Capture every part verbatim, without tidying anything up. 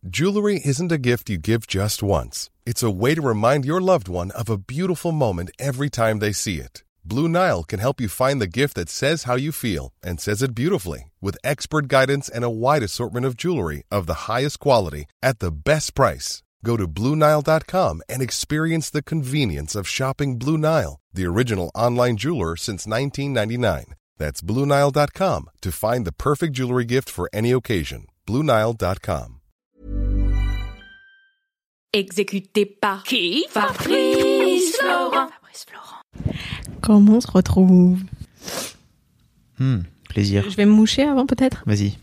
Jewelry isn't a gift you give just once. It's a way to remind your loved one of a beautiful moment every time they see it. Blue Nile can help you find the gift that says how you feel and says it beautifully, with expert guidance and a wide assortment of jewelry of the highest quality at the best price. Go to Blue Nile dot com and experience the convenience of shopping Blue Nile, the original online jeweler since nineteen ninety-nine. That's Blue Nile dot com to find the perfect jewelry gift for any occasion. Blue Nile dot com. Exécuté par qui? Fabrice Florent. Fabrice Florent. Comment on se retrouve? Hmm, plaisir. Je vais me moucher avant peut-être. Vas-y.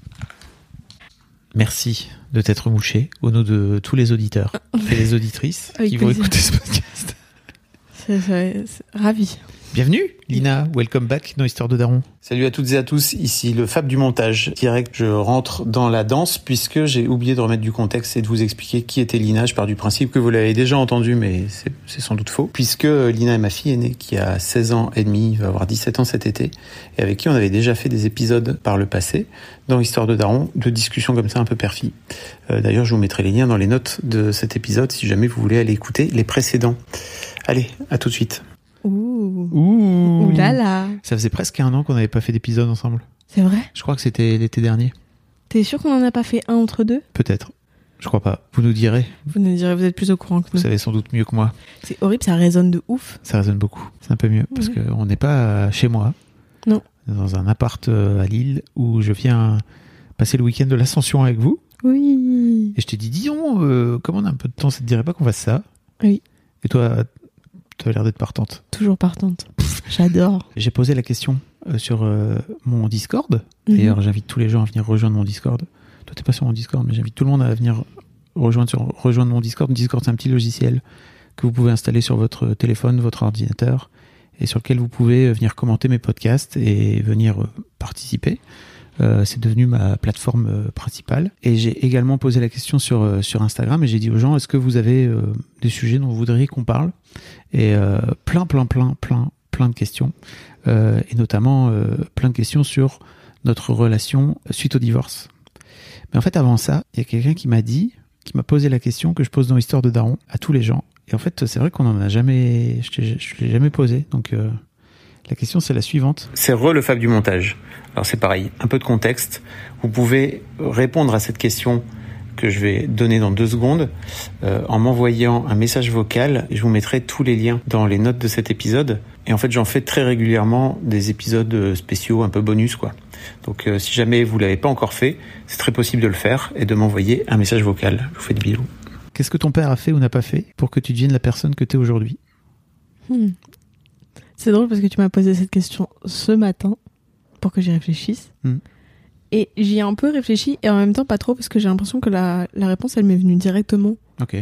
Merci de t'être mouché au nom de tous les auditeurs et les auditrices Avec qui vont plaisir. écouter ce podcast. C'est, c'est, c'est... Ravi. Bienvenue Lina, welcome back dans Histoire de Daron. Salut à toutes et à tous, ici le Fab du montage. Direct, je rentre dans la danse puisque j'ai oublié de remettre du contexte et de vous expliquer qui était Lina. Je pars du principe que vous l'avez déjà entendu, mais c'est, c'est sans doute faux. Puisque Lina est ma fille aînée qui a seize ans et demi, va avoir dix-sept ans cet été, et avec qui on avait déjà fait des épisodes par le passé dans Histoire de Daron, de discussions comme ça un peu perfis. Euh, d'ailleurs, je vous mettrai les liens dans les notes de cet épisode si jamais vous voulez aller écouter les précédents. Allez, à tout de suite. Ouh. Ouh. Ouh là là. Ça faisait presque un an qu'on n'avait pas fait d'épisode ensemble. C'est vrai? Je crois que c'était l'été dernier. T'es sûr qu'on en a pas fait un entre deux? Peut-être. Je crois pas. Vous nous direz. Vous nous direz, vous êtes plus au courant que Vous nous. savez sans doute mieux que moi. C'est horrible, ça résonne de ouf. Ça résonne beaucoup. C'est un peu mieux parce Ouais. qu'on n'est pas chez moi. Non. On est dans un appart à Lille où je viens passer le week-end de l'Ascension avec vous. Oui. Et je t'ai dit, disons, euh, comme on a un peu de temps, ça te dirait pas qu'on fasse ça? Oui. Et toi, tu as l'air d'être partante. Toujours partante. J'adore. J'ai posé la question euh, sur euh, mon Discord. Mhm. D'ailleurs, j'invite tous les gens à venir rejoindre mon Discord. Toi, t'es pas sur mon Discord, mais j'invite tout le monde à venir rejoindre, sur, rejoindre mon Discord. Discord, c'est un petit logiciel que vous pouvez installer sur votre téléphone, votre ordinateur, et sur lequel vous pouvez venir commenter mes podcasts et venir euh, participer. Euh, c'est devenu ma plateforme euh, principale. Et j'ai également posé la question sur, euh, sur Instagram et j'ai dit aux gens, est-ce que vous avez euh, des sujets dont vous voudriez qu'on parle? Et euh, plein, plein, plein, plein, plein de questions. Euh, et notamment euh, plein de questions sur notre relation suite au divorce. Mais en fait, avant ça, il y a quelqu'un qui m'a dit, qui m'a posé la question que je pose dans Histoire de Daron à tous les gens. Et en fait, c'est vrai qu'on en a jamais, je ne l'ai jamais posé. Donc, euh, la question, c'est la suivante. C'est re le Fab du montage. Alors c'est pareil, un peu de contexte. Vous pouvez répondre à cette question que je vais donner dans deux secondes euh, en m'envoyant un message vocal. Je vous mettrai tous les liens dans les notes de cet épisode. Et en fait, j'en fais très régulièrement des épisodes spéciaux, un peu bonus, quoi. Donc euh, si jamais vous l'avez pas encore fait, c'est très possible de le faire et de m'envoyer un message vocal. Je vous fais des bisous. Qu'est-ce que ton père a fait ou n'a pas fait pour que tu deviennes la personne que tu es aujourd'hui? Hmm. C'est drôle parce que tu m'as posé cette question ce matin pour que j'y réfléchisse. Hmm. Et j'y ai un peu réfléchi et en même temps pas trop parce que j'ai l'impression que la, la réponse elle m'est venue directement. Ok.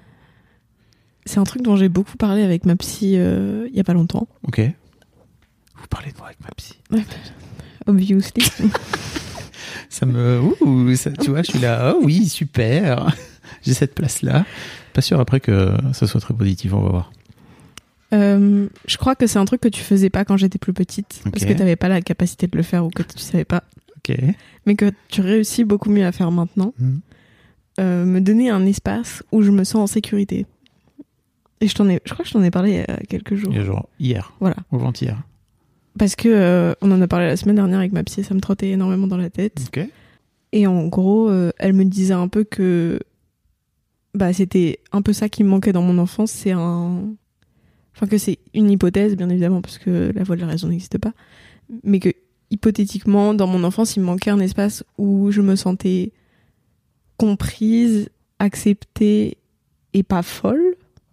C'est un truc dont j'ai beaucoup parlé avec ma psy euh, il y a pas longtemps. Ok. Vous parlez de moi avec ma psy. Obviously. Ça me... Ouh, ça, tu vois, je suis là. Oh oui, super. J'ai cette place-là. Pas sûr après que ça soit très positif, on va voir. Euh, je crois que c'est un truc que tu faisais pas quand j'étais plus petite, Ok. parce que t'avais pas la capacité de le faire ou que tu savais pas, Ok. mais que tu réussis beaucoup mieux à faire maintenant. Hmm. Euh, me donner un espace où je me sens en sécurité. Et je t'en ai, je crois que je t'en ai parlé il y a quelques jours. Il y a genre hier, Voilà. ou avant-hier. Parce que euh, on en a parlé la semaine dernière avec ma psy, ça me trottait énormément dans la tête. Ok. Et en gros, euh, elle me disait un peu que bah c'était un peu ça qui me manquait dans mon enfance, c'est un enfin que c'est une hypothèse bien évidemment parce que la voie de la raison n'existe pas, mais que hypothétiquement dans mon enfance, il me manquait un espace où je me sentais comprise, acceptée et pas folle.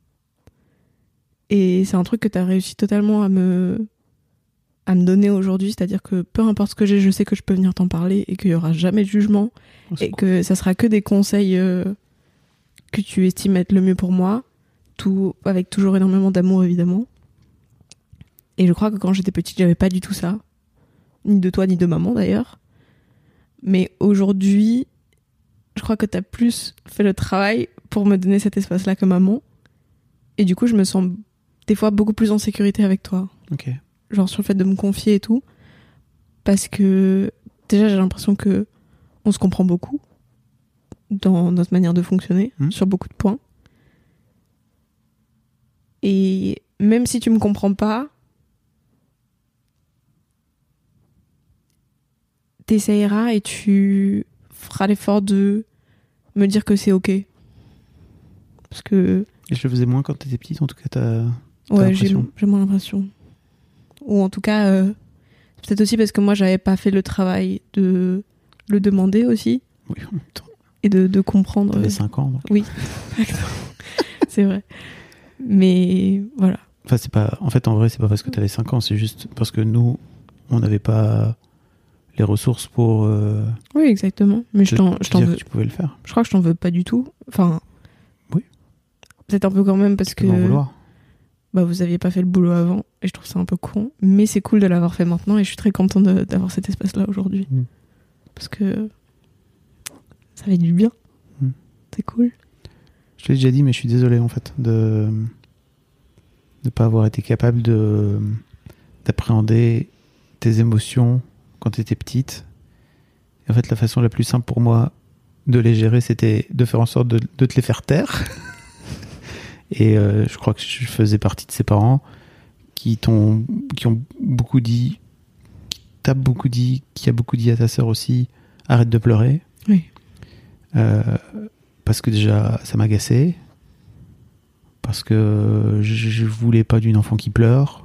Et c'est un truc que tu as réussi totalement à me à me donner aujourd'hui, c'est-à-dire que peu importe ce que j'ai, je sais que je peux venir t'en parler et qu'il y aura jamais de jugement Oh, c'est et cool. que ça sera que des conseils euh, que tu estimes être le mieux pour moi, tout avec toujours énormément d'amour évidemment. Et je crois que quand j'étais petite, j'avais pas du tout ça, ni de toi ni de maman d'ailleurs. Mais aujourd'hui, je crois que t'as plus fait le travail pour me donner cet espace-là que maman. Et du coup, je me sens des fois beaucoup plus en sécurité avec toi. Ok. Genre sur le fait de me confier et tout. Parce que déjà, j'ai l'impression que on se comprend beaucoup. dans notre manière de fonctionner Mmh. sur beaucoup de points. Et même si tu me comprends pas, t'essayeras et tu feras l'effort de me dire que c'est ok. Parce que Et je le faisais moins quand t'étais petite, en tout cas, t'as... ouais, j'ai, l'impression. j'ai moins l'impression. Ou en tout cas, euh, c'est peut-être aussi parce que moi, j'avais pas fait le travail de le demander aussi Oui, en même temps, et de, de comprendre. t'avais cinq ans, donc... Oui, c'est vrai. Mais voilà. Enfin, c'est pas... En fait, en vrai, c'est pas parce que t'avais cinq ans, c'est juste parce que nous, on n'avait pas les ressources pour... Euh, Oui, exactement. Mais je te- t'en, te je t'en dire veux. que tu pouvais le faire. Je crois que je t'en veux pas du tout. Enfin. Oui. Peut-être un peu quand même parce Tu que. peux m'en vouloir. Bah, vous aviez pas fait le boulot avant et je trouve ça un peu con. Mais c'est cool de l'avoir fait maintenant et je suis très contente de- d'avoir cet espace-là aujourd'hui. Mm. Parce que. Ça fait du bien. Mm. C'est cool. Je te l'ai déjà dit, mais je suis désolé, en fait, de ne pas avoir été capable de d'appréhender tes émotions quand tu étais petite. Et en fait, la façon la plus simple pour moi de les gérer, c'était de faire en sorte de, de te les faire taire. Et euh, je crois que je faisais partie de ces parents qui t'ont, qui ont beaucoup dit, qui t'as beaucoup dit, qui a beaucoup dit à ta sœur aussi, arrête de pleurer. Oui. Euh, parce que déjà, ça m'agaçait. Parce que je, je voulais pas d'une enfant qui pleure.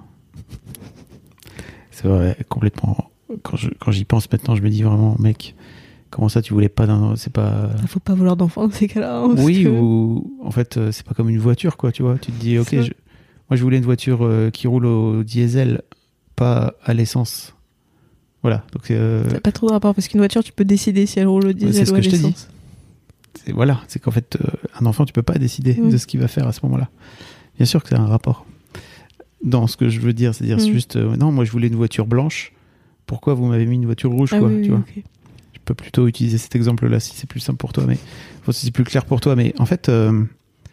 C'est vrai, complètement. Quand, je, quand j'y pense maintenant, je me dis vraiment, mec, comment ça, tu voulais pas d'un... C'est pas... Faut pas vouloir d'enfant dans ces cas-là. hein, parce Oui, que- ou en fait, euh, c'est pas comme une voiture, quoi, tu vois. Tu te dis, ok, C'est je- moi je voulais une voiture euh, qui roule au diesel, pas à l'essence. Voilà, donc euh, Ça n'a pas trop de rapport parce qu'une voiture, tu peux décider si elle roule au diesel c'est ce ou à que je te dis. l'essence. c'est, voilà, c'est qu'en fait, euh, un enfant, tu peux pas décider Oui. de ce qu'il va faire à ce moment-là. Bien sûr que ça a un rapport. Dans ce que je veux dire, c'est-à-dire Mm. juste, euh, non, moi je voulais une voiture blanche, pourquoi vous m'avez mis une voiture rouge, Ah quoi, oui, tu oui, vois. ok. Je peux plutôt utiliser cet exemple-là si c'est plus simple pour toi, mais enfin, si c'est plus clair pour toi. Mais en fait, euh,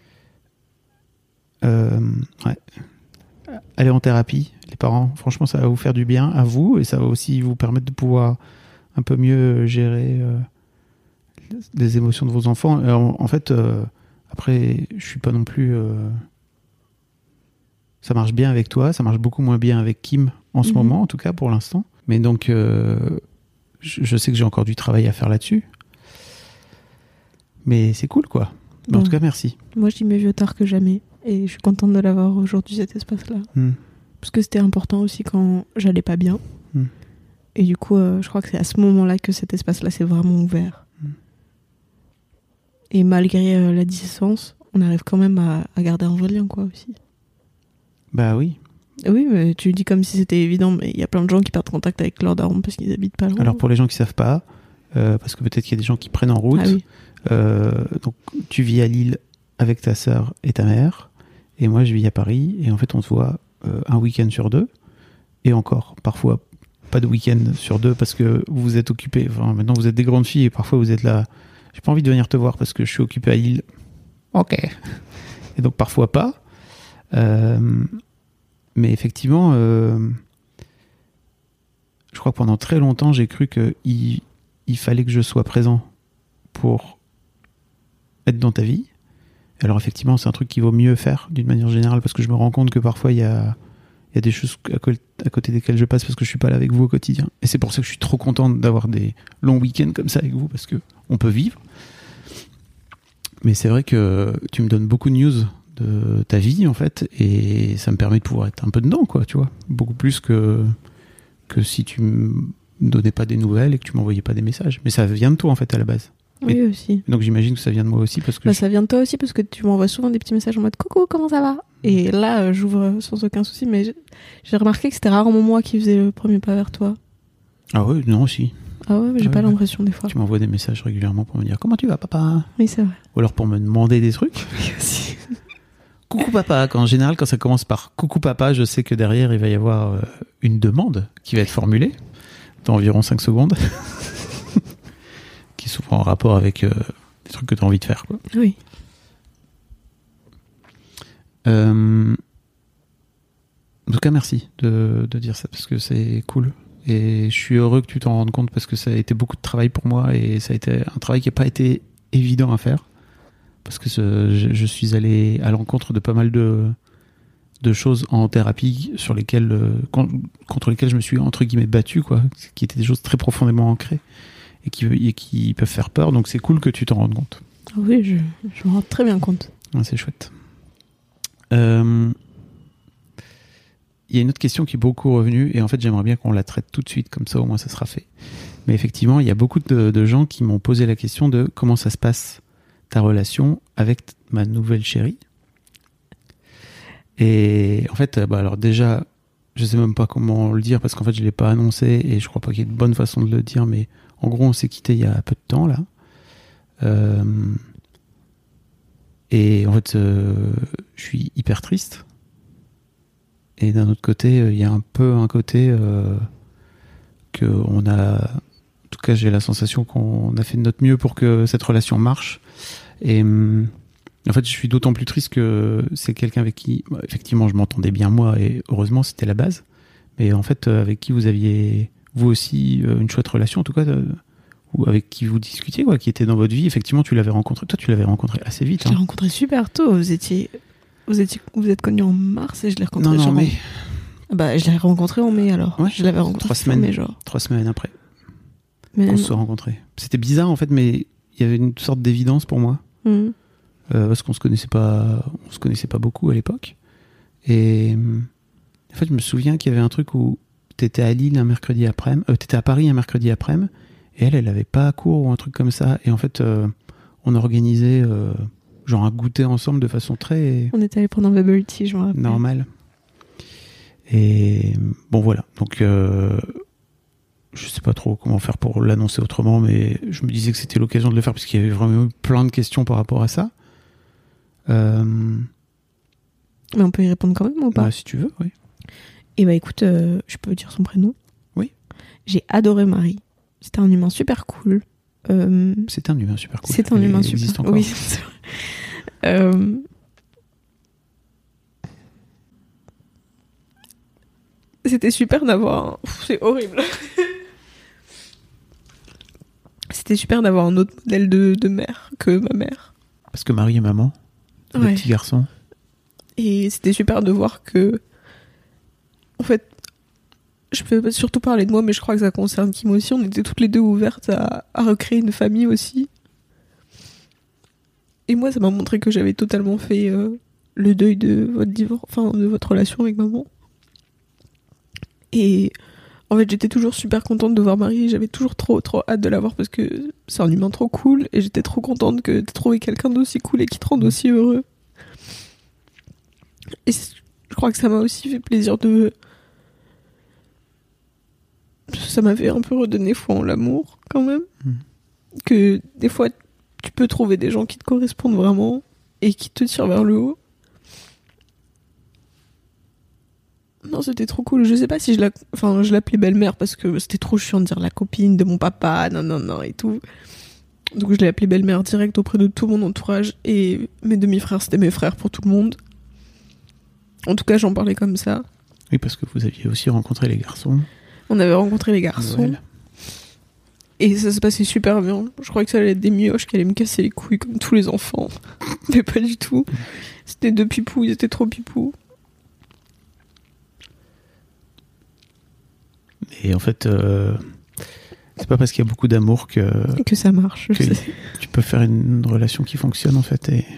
euh, ouais. Aller en thérapie, les parents, franchement, ça va vous faire du bien à vous et ça va aussi vous permettre de pouvoir un peu mieux gérer euh, les émotions de vos enfants. Et en, en fait, euh, après, je suis pas non plus. Euh, ça marche bien avec toi, ça marche beaucoup moins bien avec Kim en ce Mhm. moment, en tout cas pour l'instant. Mais donc. Euh, Je, je sais que j'ai encore du travail à faire là-dessus. Mais c'est cool, quoi. Mais en Bon. tout cas, merci. Moi, je dis mieux vieux tard que jamais. Et je suis contente de l'avoir aujourd'hui, cet espace-là. Mm. Parce que c'était important aussi quand j'allais pas bien. Mm. Et du coup, euh, je crois que c'est à ce moment-là que cet espace-là s'est vraiment ouvert. Mm. Et malgré euh, la distance, on arrive quand même à, à garder un vrai lien, quoi, aussi. Bah oui. Oui, mais tu dis comme si c'était évident, mais il y a plein de gens qui perdent contact avec leur daron parce qu'ils habitent pas loin. Alors, pour les gens qui savent pas, euh, parce que peut-être qu'il y a des gens qui prennent en route, Ah oui. euh, donc tu vis à Lille avec ta sœur et ta mère, et moi je vis à Paris, et en fait on se voit euh, un week-end sur deux, et encore, parfois pas de week-end sur deux parce que vous êtes occupés. Enfin, maintenant vous êtes des grandes filles et parfois vous êtes là. J'ai pas envie de venir te voir parce que je suis occupé à Lille. Ok. Et donc parfois pas. Euh, mais effectivement, euh, je crois que pendant très longtemps j'ai cru que il, il fallait que je sois présent pour être dans ta vie. Alors effectivement, c'est un truc qu'il vaut mieux faire d'une manière générale parce que je me rends compte que parfois il y a Il y a des choses à, co- à côté desquelles je passe parce que je suis pas là avec vous au quotidien. Et c'est pour ça que je suis trop contente d'avoir des longs week-ends comme ça avec vous parce que on peut vivre. Mais c'est vrai que tu me donnes beaucoup de news de ta vie en fait et ça me permet de pouvoir être un peu dedans, quoi, tu vois. Beaucoup plus que, que si tu me donnais pas des nouvelles et que tu m'envoyais pas des messages. Mais ça vient de toi en fait à la base. Oui, Et- aussi. Donc j'imagine que ça vient de moi aussi parce que Bah, je- ça vient de toi aussi parce que tu m'envoies souvent des petits messages en mode coucou, comment ça va? Et là, euh, j'ouvre sans aucun souci, mais j'ai- j'ai remarqué que c'était rarement moi qui faisais le premier pas vers toi. Ah ouais, non aussi. Ah ouais, mais j'ai Ah pas ouais. l'impression des fois. Tu m'envoies des messages régulièrement pour me dire comment tu vas papa, Oui, c'est vrai. ou alors pour me demander des trucs. Oui, aussi. Coucou papa, quand, en général, quand ça commence par coucou papa, je sais que derrière, il va y avoir euh, une demande qui va être formulée dans environ cinq secondes, qui est souvent en rapport avec euh, des trucs que tu as envie de faire, quoi. Oui. Euh, en tout cas, merci de, de dire ça, parce que c'est cool. Et je suis heureux que tu t'en rendes compte, parce que ça a été beaucoup de travail pour moi, et ça a été un travail qui n'a pas été évident à faire. Parce que ce, je, je suis allé à l'encontre de pas mal de, de choses en thérapie sur lesquelles, euh, contre lesquelles je me suis entre guillemets battu, quoi, qui étaient des choses très profondément ancrées et qui, et qui peuvent faire peur. Donc c'est cool que tu t'en rendes compte. Oui, je, je me rends très bien compte. Ouais, c'est chouette. Euh, il y a une autre question qui est beaucoup revenue et en fait j'aimerais bien qu'on la traite tout de suite, comme ça au moins ça sera fait. Mais effectivement, il y a beaucoup de, de gens qui m'ont posé la question de comment ça se passe ta relation avec ma nouvelle chérie. Et en fait, bah alors déjà, je sais même pas comment le dire parce qu'en fait, je l'ai pas annoncé et je crois pas qu'il y ait de bonne façon de le dire, mais en gros, on s'est quitté il y a peu de temps là. Euh, et en fait, euh, je suis hyper triste. Et d'un autre côté, il y a un peu un côté euh, que on a, en tout cas, j'ai la sensation qu'on a fait de notre mieux pour que cette relation marche. Et en fait, je suis d'autant plus triste que c'est quelqu'un avec qui, bah, effectivement, je m'entendais bien moi, et heureusement, c'était la base. Mais en fait, avec qui vous aviez, vous aussi, une chouette relation, en tout cas, euh, ou avec qui vous discutiez, quoi, qui était dans votre vie. Effectivement, tu l'avais rencontré. Toi, tu l'avais rencontré assez vite. Je l'ai hein. rencontré super tôt. Vous étiez, vous étiez, vous êtes connus en mars et je l'ai rencontré. Non, non, genre mais en... Bah, je l'ai rencontré en mai alors. Ouais. Je l'avais rencontré trois fin semaines, mai, genre. trois semaines après Mais qu'on non. se soit rencontrés. C'était bizarre en fait, mais il y avait une sorte d'évidence pour moi. Mmh. Euh, parce qu'on se connaissait pas, on se connaissait pas beaucoup à l'époque. Et en fait, je me souviens qu'il y avait un truc où t'étais à Lille un mercredi après-midi, euh, t'étais à Paris un mercredi après-midi, et elle, elle avait pas cours ou un truc comme ça. Et en fait, euh, on organisait euh, genre un goûter ensemble de façon très On était allé prendre un bubble tea, je me rappelle. normale. Et bon, voilà. Donc, euh, je sais pas trop comment faire pour l'annoncer autrement, mais je me disais que c'était l'occasion de le faire parce qu'il y avait vraiment eu plein de questions par rapport à ça. Euh, Mais on peut y répondre quand même ou pas? bah, si tu veux, oui. Et bah écoute, euh, je peux dire son prénom? Oui. J'ai adoré Marie. C'était un humain super cool. Euh, C'est un humain super cool. C'est un Elle humain existe super encore. Oui, c'est vrai. Euh, C'était super d'avoir. un- Pff, c'est horrible. C'était super d'avoir un autre modèle de, de mère que ma mère. Parce que Marie est maman, le Ouais. petit garçon. Et c'était super de voir que. En fait, je peux surtout parler de moi, mais je crois que ça concerne Kim aussi. On était toutes les deux ouvertes à, à recréer une famille aussi. Et moi, ça m'a montré que j'avais totalement fait euh, le deuil de votre divorce, enfin de votre relation avec maman. Et en fait, j'étais toujours super contente de voir Marie. J'avais toujours trop, trop hâte de la voir parce que c'est un humain trop cool. Et j'étais trop contente que t'aies trouvé quelqu'un d'aussi cool et qui te rende aussi heureux. Et je crois que ça m'a aussi fait plaisir de... Ça m'avait un peu redonné foi en l'amour, quand même. Mmh. Que des fois, tu peux trouver des gens qui te correspondent vraiment et qui te tirent vers le haut. Non, c'était trop cool. Je sais pas si je la... Enfin, je l'appelais belle-mère parce que c'était trop chiant de dire la copine de mon papa, non, non, non, et tout. Donc je l'ai appelée belle-mère direct auprès de tout mon entourage. Et mes demi-frères, c'était mes frères pour tout le monde. En tout cas, j'en parlais comme ça. Oui, parce que vous aviez aussi rencontré les garçons. On avait rencontré les garçons. Noël. Et ça se passait super bien. Je crois que ça allait être des mioches qui allaient me casser les couilles comme tous les enfants. Mais pas du tout. C'était deux pipous, ils étaient trop pipous. Et en fait, euh, c'est pas parce qu'il y a beaucoup d'amour que, Et que ça marche, je que sais. tu peux faire une relation qui fonctionne, en fait. Et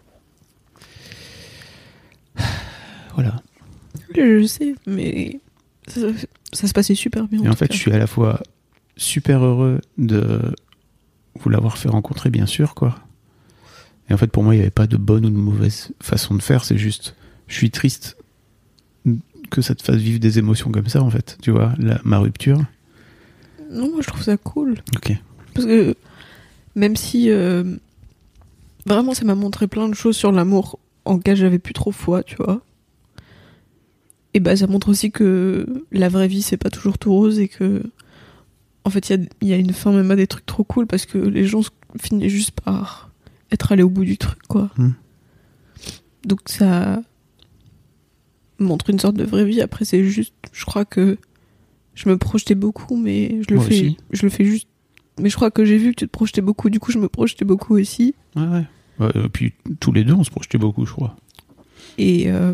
voilà. Je, je sais, mais ça, ça se passait super bien. Et en tout fait, cas. je suis à la fois super heureux de vous l'avoir fait rencontrer, bien sûr, quoi. Et en fait, pour moi, il n'y avait pas de bonne ou de mauvaise façon de faire. C'est juste, je suis triste que ça te fasse vivre des émotions comme ça, en fait. Tu vois, la, ma rupture. Non, moi je trouve ça cool. Ok. Parce que même si euh, vraiment ça m'a montré plein de choses sur l'amour en lequel j'avais plus trop foi, tu vois. Et bah ça montre aussi que la vraie vie c'est pas toujours tout rose et que en fait il y, y a une fin même à des trucs trop cool parce que les gens finissent juste par être allés au bout du truc, quoi. Mm. Donc ça montre une sorte de vraie vie. Après c'est juste, je crois que je me projetais beaucoup, mais je le Moi fais, aussi. je le fais juste Mais je crois que j'ai vu que tu te projetais beaucoup, du coup je me projetais beaucoup aussi. Ouais, ouais. Ouais, et puis tous les deux, on se projetait beaucoup, je crois. Et, euh...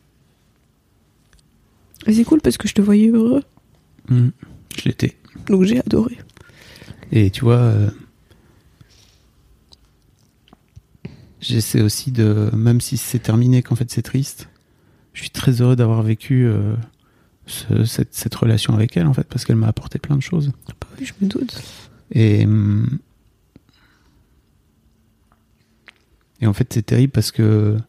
et c'est cool parce que je te voyais heureux. Mmh. Je l'étais. Donc j'ai adoré. Et tu vois, euh... j'essaie aussi de, même si c'est terminé, qu'en fait c'est triste, je suis très heureux d'avoir vécu euh, ce, cette, cette relation avec elle, en fait, parce qu'elle m'a apporté plein de choses. Bah oui, je me doute. Et, et en fait, c'est terrible parce que,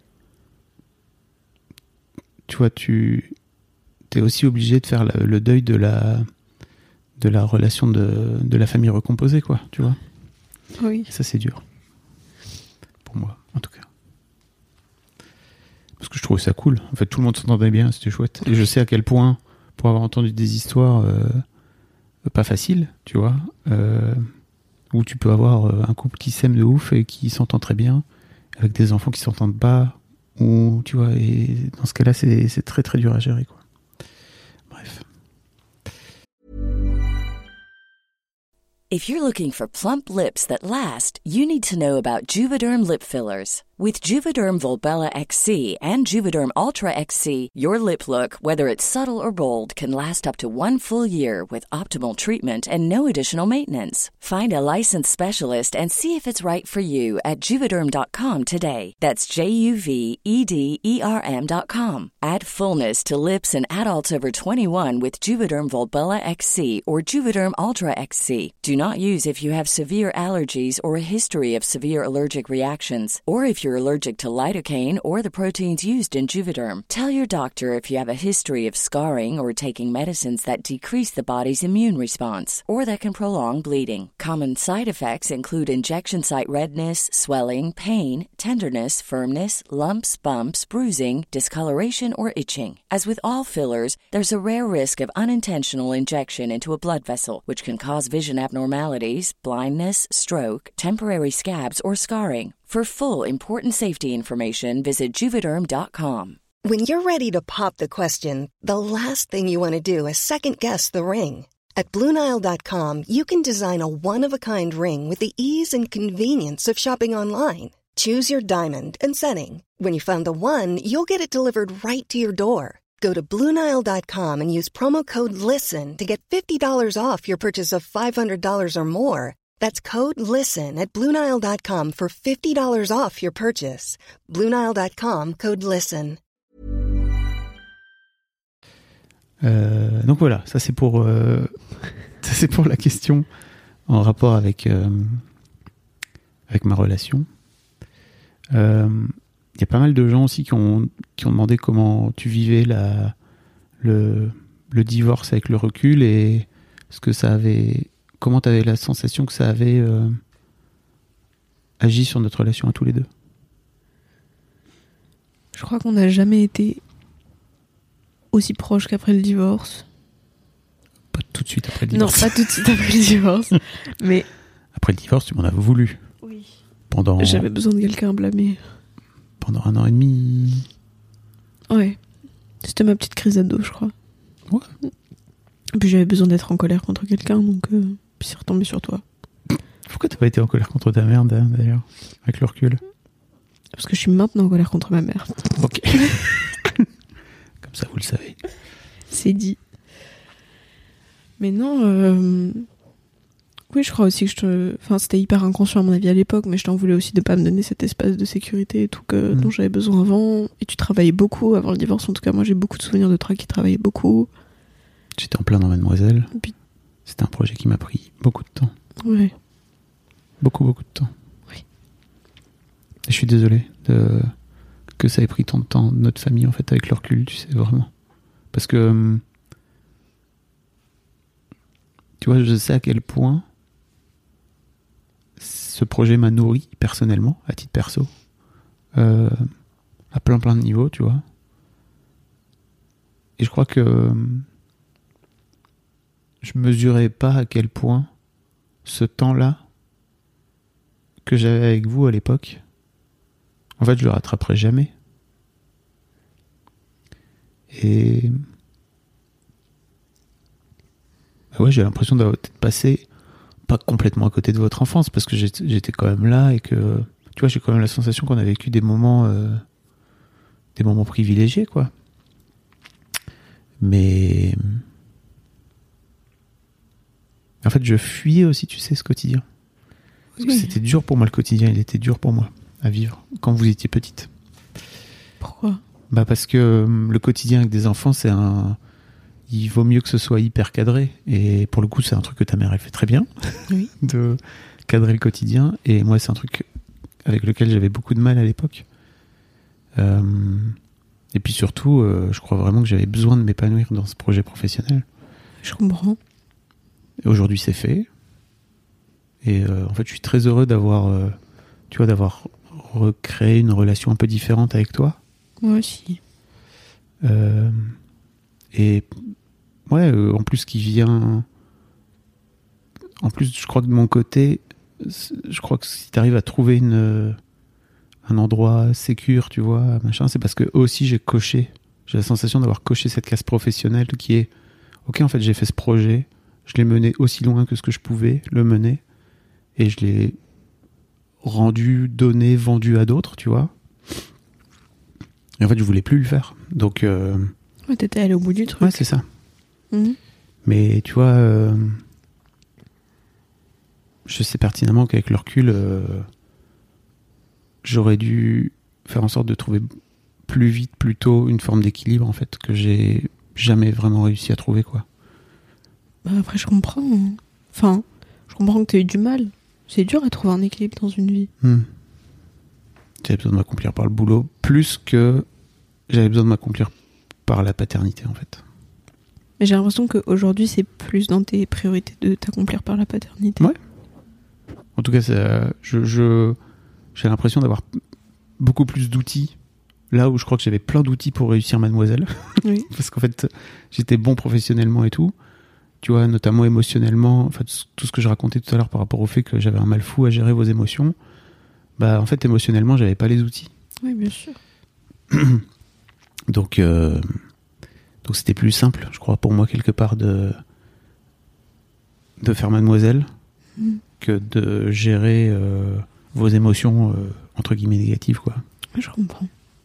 tu vois, tu es aussi obligé de faire le, le deuil de la, de la relation de, de la famille recomposée, quoi, tu vois. Oui. Et ça, c'est dur. Pour moi, en tout cas. Parce que je trouvais ça cool. En fait, tout le monde s'entendait bien, c'était chouette. Et je sais à quel point, pour avoir entendu des histoires euh, pas faciles, tu vois, euh, où tu peux avoir un couple qui s'aime de ouf et qui s'entend très bien, avec des enfants qui s'entendent pas, ou tu vois, et dans ce cas-là, c'est, c'est très très dur à gérer, quoi. Bref. If you're looking for plump lips that last, you need to know about Juvederm lip fillers. With Juvederm Volbella X C and Juvederm Ultra X C, your lip look, whether it's subtle or bold, can last up to one full year with optimal treatment and no additional maintenance. Find a licensed specialist and see if it's right for you at Juvederm dot com today. That's J U V E D E R M dot com. Add fullness to lips in adults over twenty-one with Juvederm Volbella X C or Juvederm Ultra X C. Do not use if you have severe allergies or a history of severe allergic reactions, or if you're allergic to lidocaine or the proteins used in Juvederm. Tell your doctor if you have a history of scarring or taking medicines that decrease the body's immune response or that can prolong bleeding. Common side effects include injection site redness, swelling, pain, tenderness, firmness, lumps, bumps, bruising, discoloration, or itching. As with all fillers, there's a rare risk of unintentional injection into a blood vessel, which can cause vision abnormalities, blindness, stroke, temporary scabs, or scarring. For full important safety information, visit Juvederm dot com. When you're ready to pop the question, the last thing you want to do is second-guess the ring. At Blue Nile dot com, you can design a one-of-a-kind ring with the ease and convenience of shopping online. Choose your diamond and setting. When you find the one, you'll get it delivered right to your door. Go to Blue Nile dot com and use promo code LISTEN to get fifty dollars off your purchase of five hundred dollars or more. That's code LISTEN at Blue Nile dot com for fifty dollars off your purchase. Blue Nile dot com, code LISTEN. Euh, donc voilà, ça c'est pour euh, ça c'est pour la question en rapport avec euh, avec ma relation. Il euh, y a pas mal de gens aussi qui ont qui ont demandé comment tu vivais la le le divorce avec le recul et ce que ça avait, comment tu avais la sensation que ça avait euh, agi sur notre relation à tous les deux. Je crois qu'on n'a jamais été aussi proches qu'après le divorce. Pas tout de suite après le divorce. Non, pas tout de suite après le divorce. Mais après le divorce, tu m'en as voulu. Oui. Pendant... J'avais besoin de quelqu'un à blâmer. Pendant un an et demi. Ouais. C'était ma petite crise ado, je crois. Ouais. Et puis j'avais besoin d'être en colère contre quelqu'un, donc euh, puis c'est retombé sur toi. Pourquoi t'as pas été en colère contre ta mère, d'ailleurs, avec le recul? Parce que je suis maintenant en colère contre ma mère. Ok. Comme ça, vous le savez. C'est dit. Mais non, euh... oui, je crois aussi que je te... Enfin, c'était hyper inconscient à mon avis à l'époque, mais je t'en voulais aussi de pas me donner cet espace de sécurité et tout que... mmh. dont j'avais besoin avant. Et tu travaillais beaucoup avant le divorce. En tout cas, moi, j'ai beaucoup de souvenirs de toi qui travaillait beaucoup. J'étais en plein dans Mademoiselle. Et puis... C'était un projet qui m'a pris beaucoup de temps. Ouais. Beaucoup, beaucoup de temps. Oui. Et je suis désolé de... que ça ait pris tant de temps, notre famille, en fait, avec le recul, tu sais, vraiment. Parce que... Tu vois, je sais à quel point ce projet m'a nourri personnellement, à titre perso, euh, à plein plein de niveaux, tu vois. Et je crois que je mesurais pas à quel point ce temps-là que j'avais avec vous à l'époque, en fait, je le rattraperai jamais. Et bah ouais, j'ai l'impression d'avoir passé pas complètement à côté de votre enfance, parce que j'étais, j'étais quand même là et que, tu vois, j'ai quand même la sensation qu'on a vécu des moments, euh, des moments privilégiés, quoi. Mais en fait, je fuyais aussi, tu sais, ce quotidien. Parce que Oui. c'était dur pour moi, le quotidien. Il était dur pour moi à vivre quand vous étiez petite. Pourquoi ? Bah parce que euh, le quotidien avec des enfants, c'est un... Il vaut mieux que ce soit hyper cadré. Et pour le coup, c'est un truc que ta mère, elle fait très bien. Oui. De cadrer le quotidien. Et moi, c'est un truc avec lequel j'avais beaucoup de mal à l'époque. Euh... Et puis surtout, euh, je crois vraiment que j'avais besoin de m'épanouir dans ce projet professionnel. Je comprends. Et aujourd'hui, c'est fait. Et euh, en fait, je suis très heureux d'avoir, euh, tu vois, d'avoir recréé une relation un peu différente avec toi. Moi aussi. Euh, et ouais, euh, en plus, qui vient. En plus, je crois que de mon côté, je crois que si tu arrives à trouver une, euh, un endroit sécure, tu vois, machin, c'est parce que aussi j'ai coché. J'ai la sensation d'avoir coché cette case professionnelle qui est ok, en fait, j'ai fait ce projet, je l'ai mené aussi loin que ce que je pouvais le mener, et je l'ai rendu, donné, vendu à d'autres, tu vois. Et en fait, je voulais plus le faire. Donc. Euh, Ouais, t'étais allé au bout du truc. ouais, c'est ça. Mmh. Mais tu vois, euh, je sais pertinemment qu'avec le recul, euh, j'aurais dû faire en sorte de trouver plus vite, plus tôt, une forme d'équilibre, en fait, que j'ai jamais vraiment réussi à trouver, quoi. Bah après, je comprends. hein. Enfin, je comprends que t'aies eu du mal. C'est dur à trouver un équilibre dans une vie. Hmm. J'avais besoin de m'accomplir par le boulot, plus que j'avais besoin de m'accomplir par la paternité, en fait. Mais j'ai l'impression qu'aujourd'hui, c'est plus dans tes priorités de t'accomplir par la paternité. Ouais. En tout cas, ça, je, je, j'ai l'impression d'avoir beaucoup plus d'outils, là où je crois que j'avais plein d'outils pour réussir Mademoiselle. Oui. Parce qu'en fait, j'étais bon professionnellement et tout. Tu vois, notamment émotionnellement, en fait, tout ce que je racontais tout à l'heure par rapport au fait que j'avais un mal fou à gérer vos émotions, bah, en fait, émotionnellement, j'avais pas les outils. Oui, bien sûr. Donc, euh, donc c'était plus simple, je crois, pour moi, quelque part, de, de faire Mademoiselle Mm. que de gérer euh, vos émotions, euh, entre guillemets, négatives, quoi. Je comprends.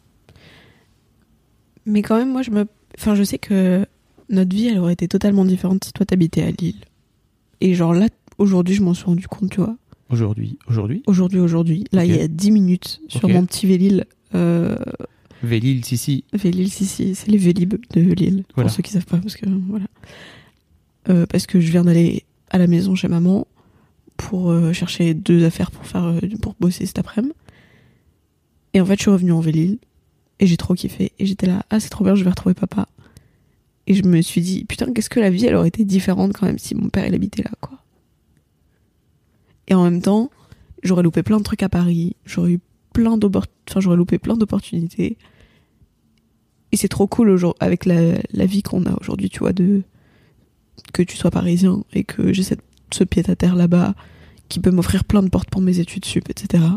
Mais quand même, moi, je me... Enfin, je sais que notre vie, elle aurait été totalement différente si toi, t'habitais à Lille. Et genre là, aujourd'hui, je m'en suis rendu compte, tu vois. Aujourd'hui, aujourd'hui Aujourd'hui, aujourd'hui. Là, Ok. il y a dix minutes, sur Ok. mon petit Vélil. Euh... Vélil, si, si. Vélil, si, si, c'est les Vélib de Lille. Voilà. Pour ceux qui savent pas, parce que voilà. Euh, parce que je viens d'aller à la maison chez maman pour euh, chercher deux affaires pour faire euh, pour bosser cet après-midi. Et en fait, je suis revenue en Vélil et j'ai trop kiffé. Et j'étais là, ah, c'est trop bien, je vais retrouver papa. Et je me suis dit, putain, qu'est-ce que la vie, elle aurait été différente quand même si mon père, il habitait là, quoi. Et en même temps, j'aurais loupé plein de trucs à Paris. J'aurais eu plein d'opportunités. Enfin, j'aurais loupé plein d'opportunités. Et c'est trop cool aujourd'hui, avec la, la vie qu'on a aujourd'hui, tu vois, de que tu sois parisien et que j'ai cette, ce pied-à-terre là-bas qui peut m'offrir plein de portes pour mes études sup, et cetera.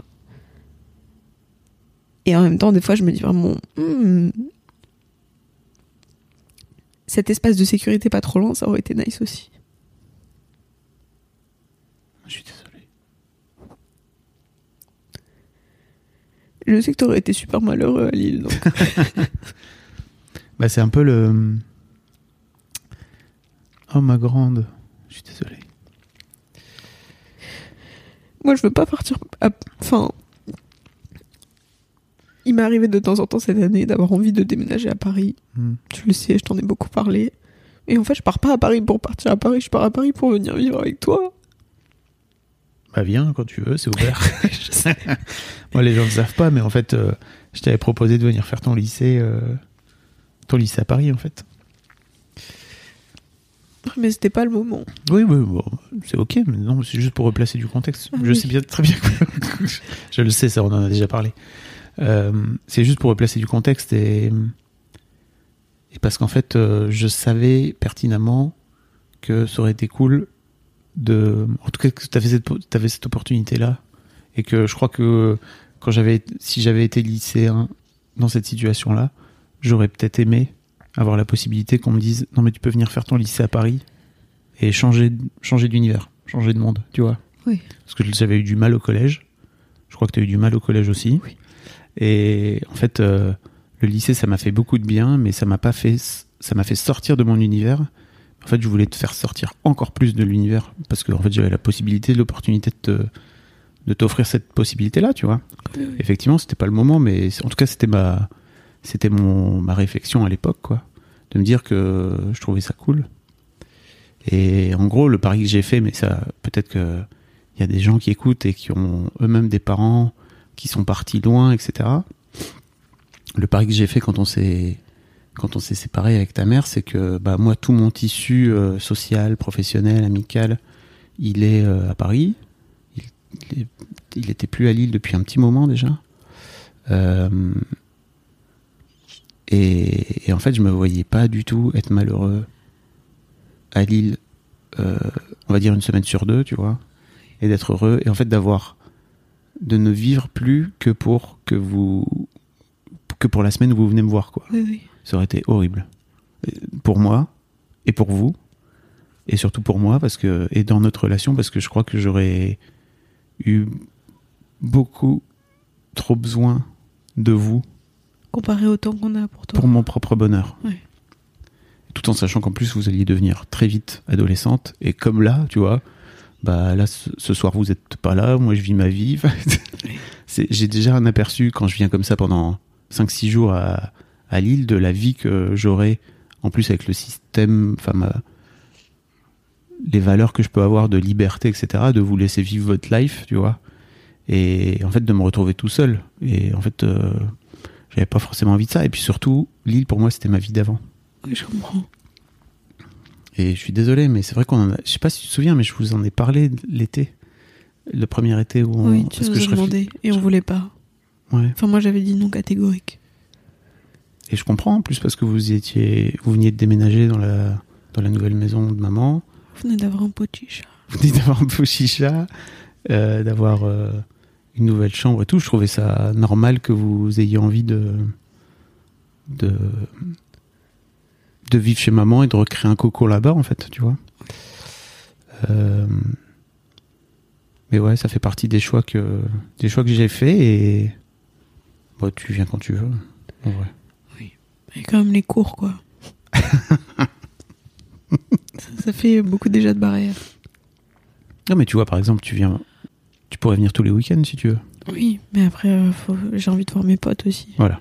Et en même temps, des fois, je me dis vraiment, hmm, cet espace de sécurité pas trop loin, ça aurait été nice aussi. Je suis désolé. Je sais que t'aurais été super malheureux à Lille, donc. Bah, c'est un peu le... Oh, ma grande. Je suis désolé. Moi, je veux pas partir. à- Enfin, il m'est arrivé de temps en temps cette année d'avoir envie de déménager à Paris. Hmm. Tu le sais, je t'en ai beaucoup parlé. Et en fait, je pars pas à Paris pour partir à Paris, je pars à Paris pour venir vivre avec toi. Bah, viens quand tu veux, c'est ouvert. Moi, les gens ne savent pas, mais en fait, euh, je t'avais proposé de venir faire ton lycée, euh, ton lycée à Paris, en fait. Mais c'était pas le moment. Oui, oui, bon, c'est ok, mais non, c'est juste pour replacer du contexte. Ah je oui. sais bien, très bien. que- je le sais, ça, on en a déjà parlé. Euh, c'est juste pour replacer du contexte et, et parce qu'en fait, euh, je savais pertinemment que ça aurait été cool de, en tout cas, que t'avais cette, t'avais cette opportunité-là et que je crois que quand j'avais, si j'avais été lycéen dans cette situation-là, j'aurais peut-être aimé avoir la possibilité qu'on me dise non mais tu peux venir faire ton lycée à Paris et changer changer d'univers. changer de monde, tu vois. Oui. Parce que j'avais eu du mal au collège. Je crois que tu as eu du mal au collège aussi. Oui. Et en fait, euh, le lycée, ça m'a fait beaucoup de bien, mais ça m'a pas fait, ça m'a fait sortir de mon univers. En fait, je voulais te faire sortir encore plus de l'univers parce que en fait, j'avais la possibilité, l'opportunité de, te, de t'offrir cette possibilité-là, tu vois. Oui, oui. Effectivement, c'était pas le moment, mais en tout cas, c'était ma, c'était mon, ma réflexion à l'époque, quoi, de me dire que je trouvais ça cool. Et en gros, le pari que j'ai fait, mais ça, peut-être que il y a des gens qui écoutent et qui ont eux-mêmes des parents qui sont partis loin, et cetera. Le pari que j'ai fait quand on s'est quand on s'est séparé avec ta mère, c'est que bah moi tout mon tissu euh, social, professionnel, amical, il est euh, à Paris. Il, il, est, il était plus à Lille depuis un petit moment déjà. Euh, et, et en fait, je me voyais pas du tout être malheureux à Lille, euh, on va dire une semaine sur deux, tu vois, et d'être heureux et en fait d'avoir de ne vivre plus que pour que vous que pour la semaine où vous venez me voir, quoi. Oui, oui. Ça aurait été horrible pour moi et pour vous et surtout pour moi parce que et dans notre relation parce que je crois que j'aurais eu beaucoup trop besoin de vous Comparé au temps qu'on a pour toi. pour mon propre bonheur. Ouais. Tout en sachant qu'en plus vous alliez devenir très vite adolescente et comme là, tu vois, bah là ce, ce soir vous êtes pas là, moi je vis ma vie. C'est, j'ai déjà un aperçu quand je viens comme ça pendant cinq six jours à à Lille de la vie que j'aurai en plus avec le système, enfin ma, les valeurs que je peux avoir de liberté, et cetera, de vous laisser vivre votre life, tu vois, et en fait de me retrouver tout seul. Et en fait, euh, j'avais pas forcément envie de ça. Et puis surtout, Lille pour moi c'était ma vie d'avant. Oui, je comprends. Et je suis désolé, mais c'est vrai qu'on en a, je sais pas si tu te souviens, mais je vous en ai parlé l'été, le premier été où on, Oui, tu parce nous que as je demandé réfl... et on voulait pas. Ouais. Enfin, moi j'avais dit non catégorique. Et je comprends en plus parce que vous étiez, vous veniez de déménager dans la dans la nouvelle maison de maman. Vous venez d'avoir un pot de chicha. Vous venez d'avoir un beau chicha, euh, d'avoir euh, une nouvelle chambre et tout. Je trouvais ça normal que vous ayez envie de de de vivre chez maman et de recréer un coco là-bas, en fait, tu vois. Euh, mais ouais, ça fait partie des choix que des choix que j'ai fait et bon, tu viens quand tu veux. En vrai. Et quand même les cours, quoi. ça, ça fait beaucoup déjà de barrières. Non, mais tu vois, par exemple, tu viens, tu pourrais venir tous les week-ends si tu veux. Oui, mais après, euh, faut... j'ai envie de voir mes potes aussi. Voilà.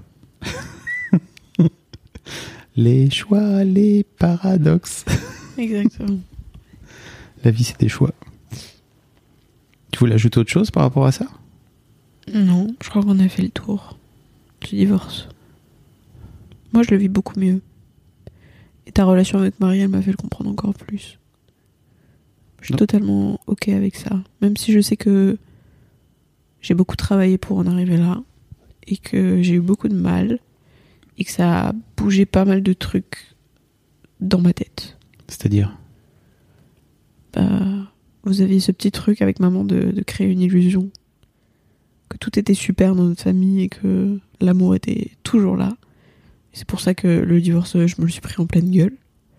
Les choix, les paradoxes. Exactement. La vie, c'est des choix. Tu voulais ajouter autre chose par rapport à ça ? Non, je crois qu'on a fait le tour du divorce. Moi, je le vis beaucoup mieux. Et ta relation avec Marie, elle m'a fait le comprendre encore plus. Je suis non. totalement ok avec ça. Même si je sais que j'ai beaucoup travaillé pour en arriver là. Et que j'ai eu beaucoup de mal. Et que ça a bougé pas mal de trucs dans ma tête. C'est-à-dire ? Bah, vous aviez ce petit truc avec maman de, de créer une illusion. Que tout était super dans notre famille et que l'amour était toujours là. Et c'est pour ça que le divorce, je me le suis pris en pleine gueule.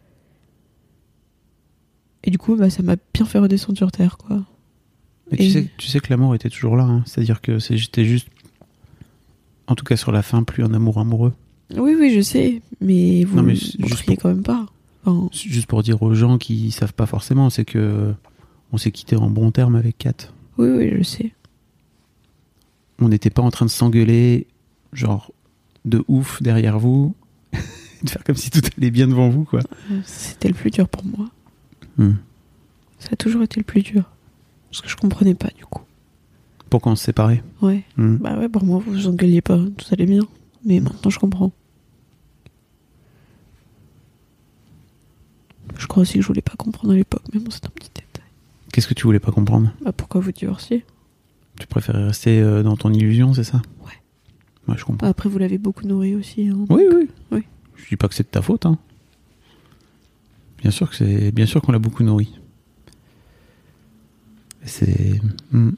Et du coup, bah, ça m'a bien fait redescendre sur terre, quoi. Mais et... tu, sais, tu sais que l'amour était toujours là. Hein. C'est-à-dire que c'est, j'étais juste, en tout cas sur la fin, plus un amour amoureux. Oui, oui, je sais. Mais vous non, mais ne montriez pour... quand même pas. Enfin... Juste pour dire aux gens qui savent pas forcément, c'est que on s'est quitté en bons termes avec Kat. Oui, oui, je sais. On n'était pas en train de s'engueuler, genre, de ouf derrière vous, de faire comme si tout allait bien devant vous, quoi. C'était le plus dur pour moi. Hmm. Ça a toujours été le plus dur. Parce que je comprenais pas, du coup. Pourquoi on se séparait ? Ouais. Hmm. Bah ouais, pour moi, vous vous engueuliez pas, tout allait bien. Mais maintenant, je comprends. Je crois aussi que je voulais pas comprendre à l'époque, mais bon, c'est un petit détail. Qu'est-ce que tu voulais pas comprendre ? Bah pourquoi vous divorciez ? Tu préférais rester euh, dans ton illusion, c'est ça ? Ouais. Ouais, je comprends. Après, vous l'avez beaucoup nourri aussi. Hein, oui, oui, oui. Je dis pas que c'est de ta faute. Hein. Bien sûr que c'est, bien sûr qu'on l'a beaucoup nourri. Et c'est. Hmm.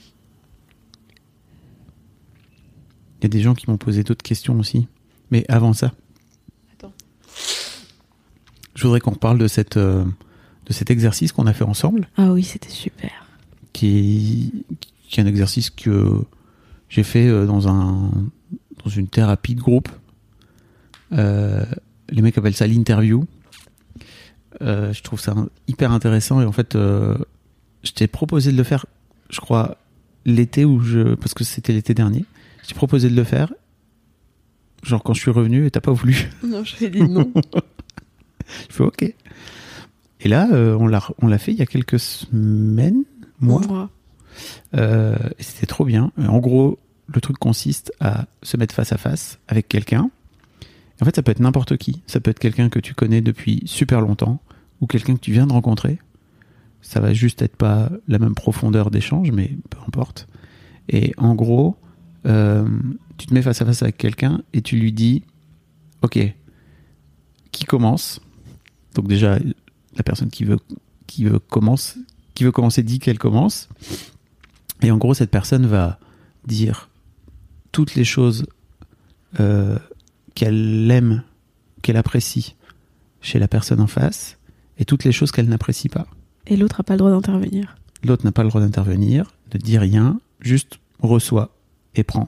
Il y a des gens qui m'ont posé d'autres questions aussi. Mais avant ça. Attends. Je voudrais qu'on reparle de cette, euh, de de cet exercice qu'on a fait ensemble. Ah oui, c'était super. Qui, qui est un exercice que j'ai fait dans, un, dans une thérapie de groupe. Euh, les mecs appellent ça l'interview. Euh, je trouve ça hyper intéressant et en fait, euh, je t'ai proposé de le faire, je crois, l'été où je, parce que c'était l'été dernier. Je t'ai proposé de le faire, genre quand je suis revenu et t'as pas voulu. Non, je t'ai dit non. Je fais ok. Et là, euh, on l'a, on l'a fait il y a quelques semaines, mois. Moi. Euh, et c'était trop bien. En gros, le truc consiste à se mettre face à face avec quelqu'un. En fait, ça peut être n'importe qui. Ça peut être quelqu'un que tu connais depuis super longtemps ou quelqu'un que tu viens de rencontrer. Ça va juste être pas la même profondeur d'échange, mais peu importe. Et en gros, euh, tu te mets face à face avec quelqu'un et tu lui dis « Ok, qui commence ?» Donc déjà, la personne qui veut, qui veut, commence, qui veut commencer dit qu'elle commence. Et en gros, cette personne va dire toutes les choses euh, qu'elle aime, qu'elle apprécie chez la personne en face, et toutes les choses qu'elle n'apprécie pas. Et l'autre n'a pas le droit d'intervenir. L'autre n'a pas le droit d'intervenir, ne dit rien, juste reçoit et prend.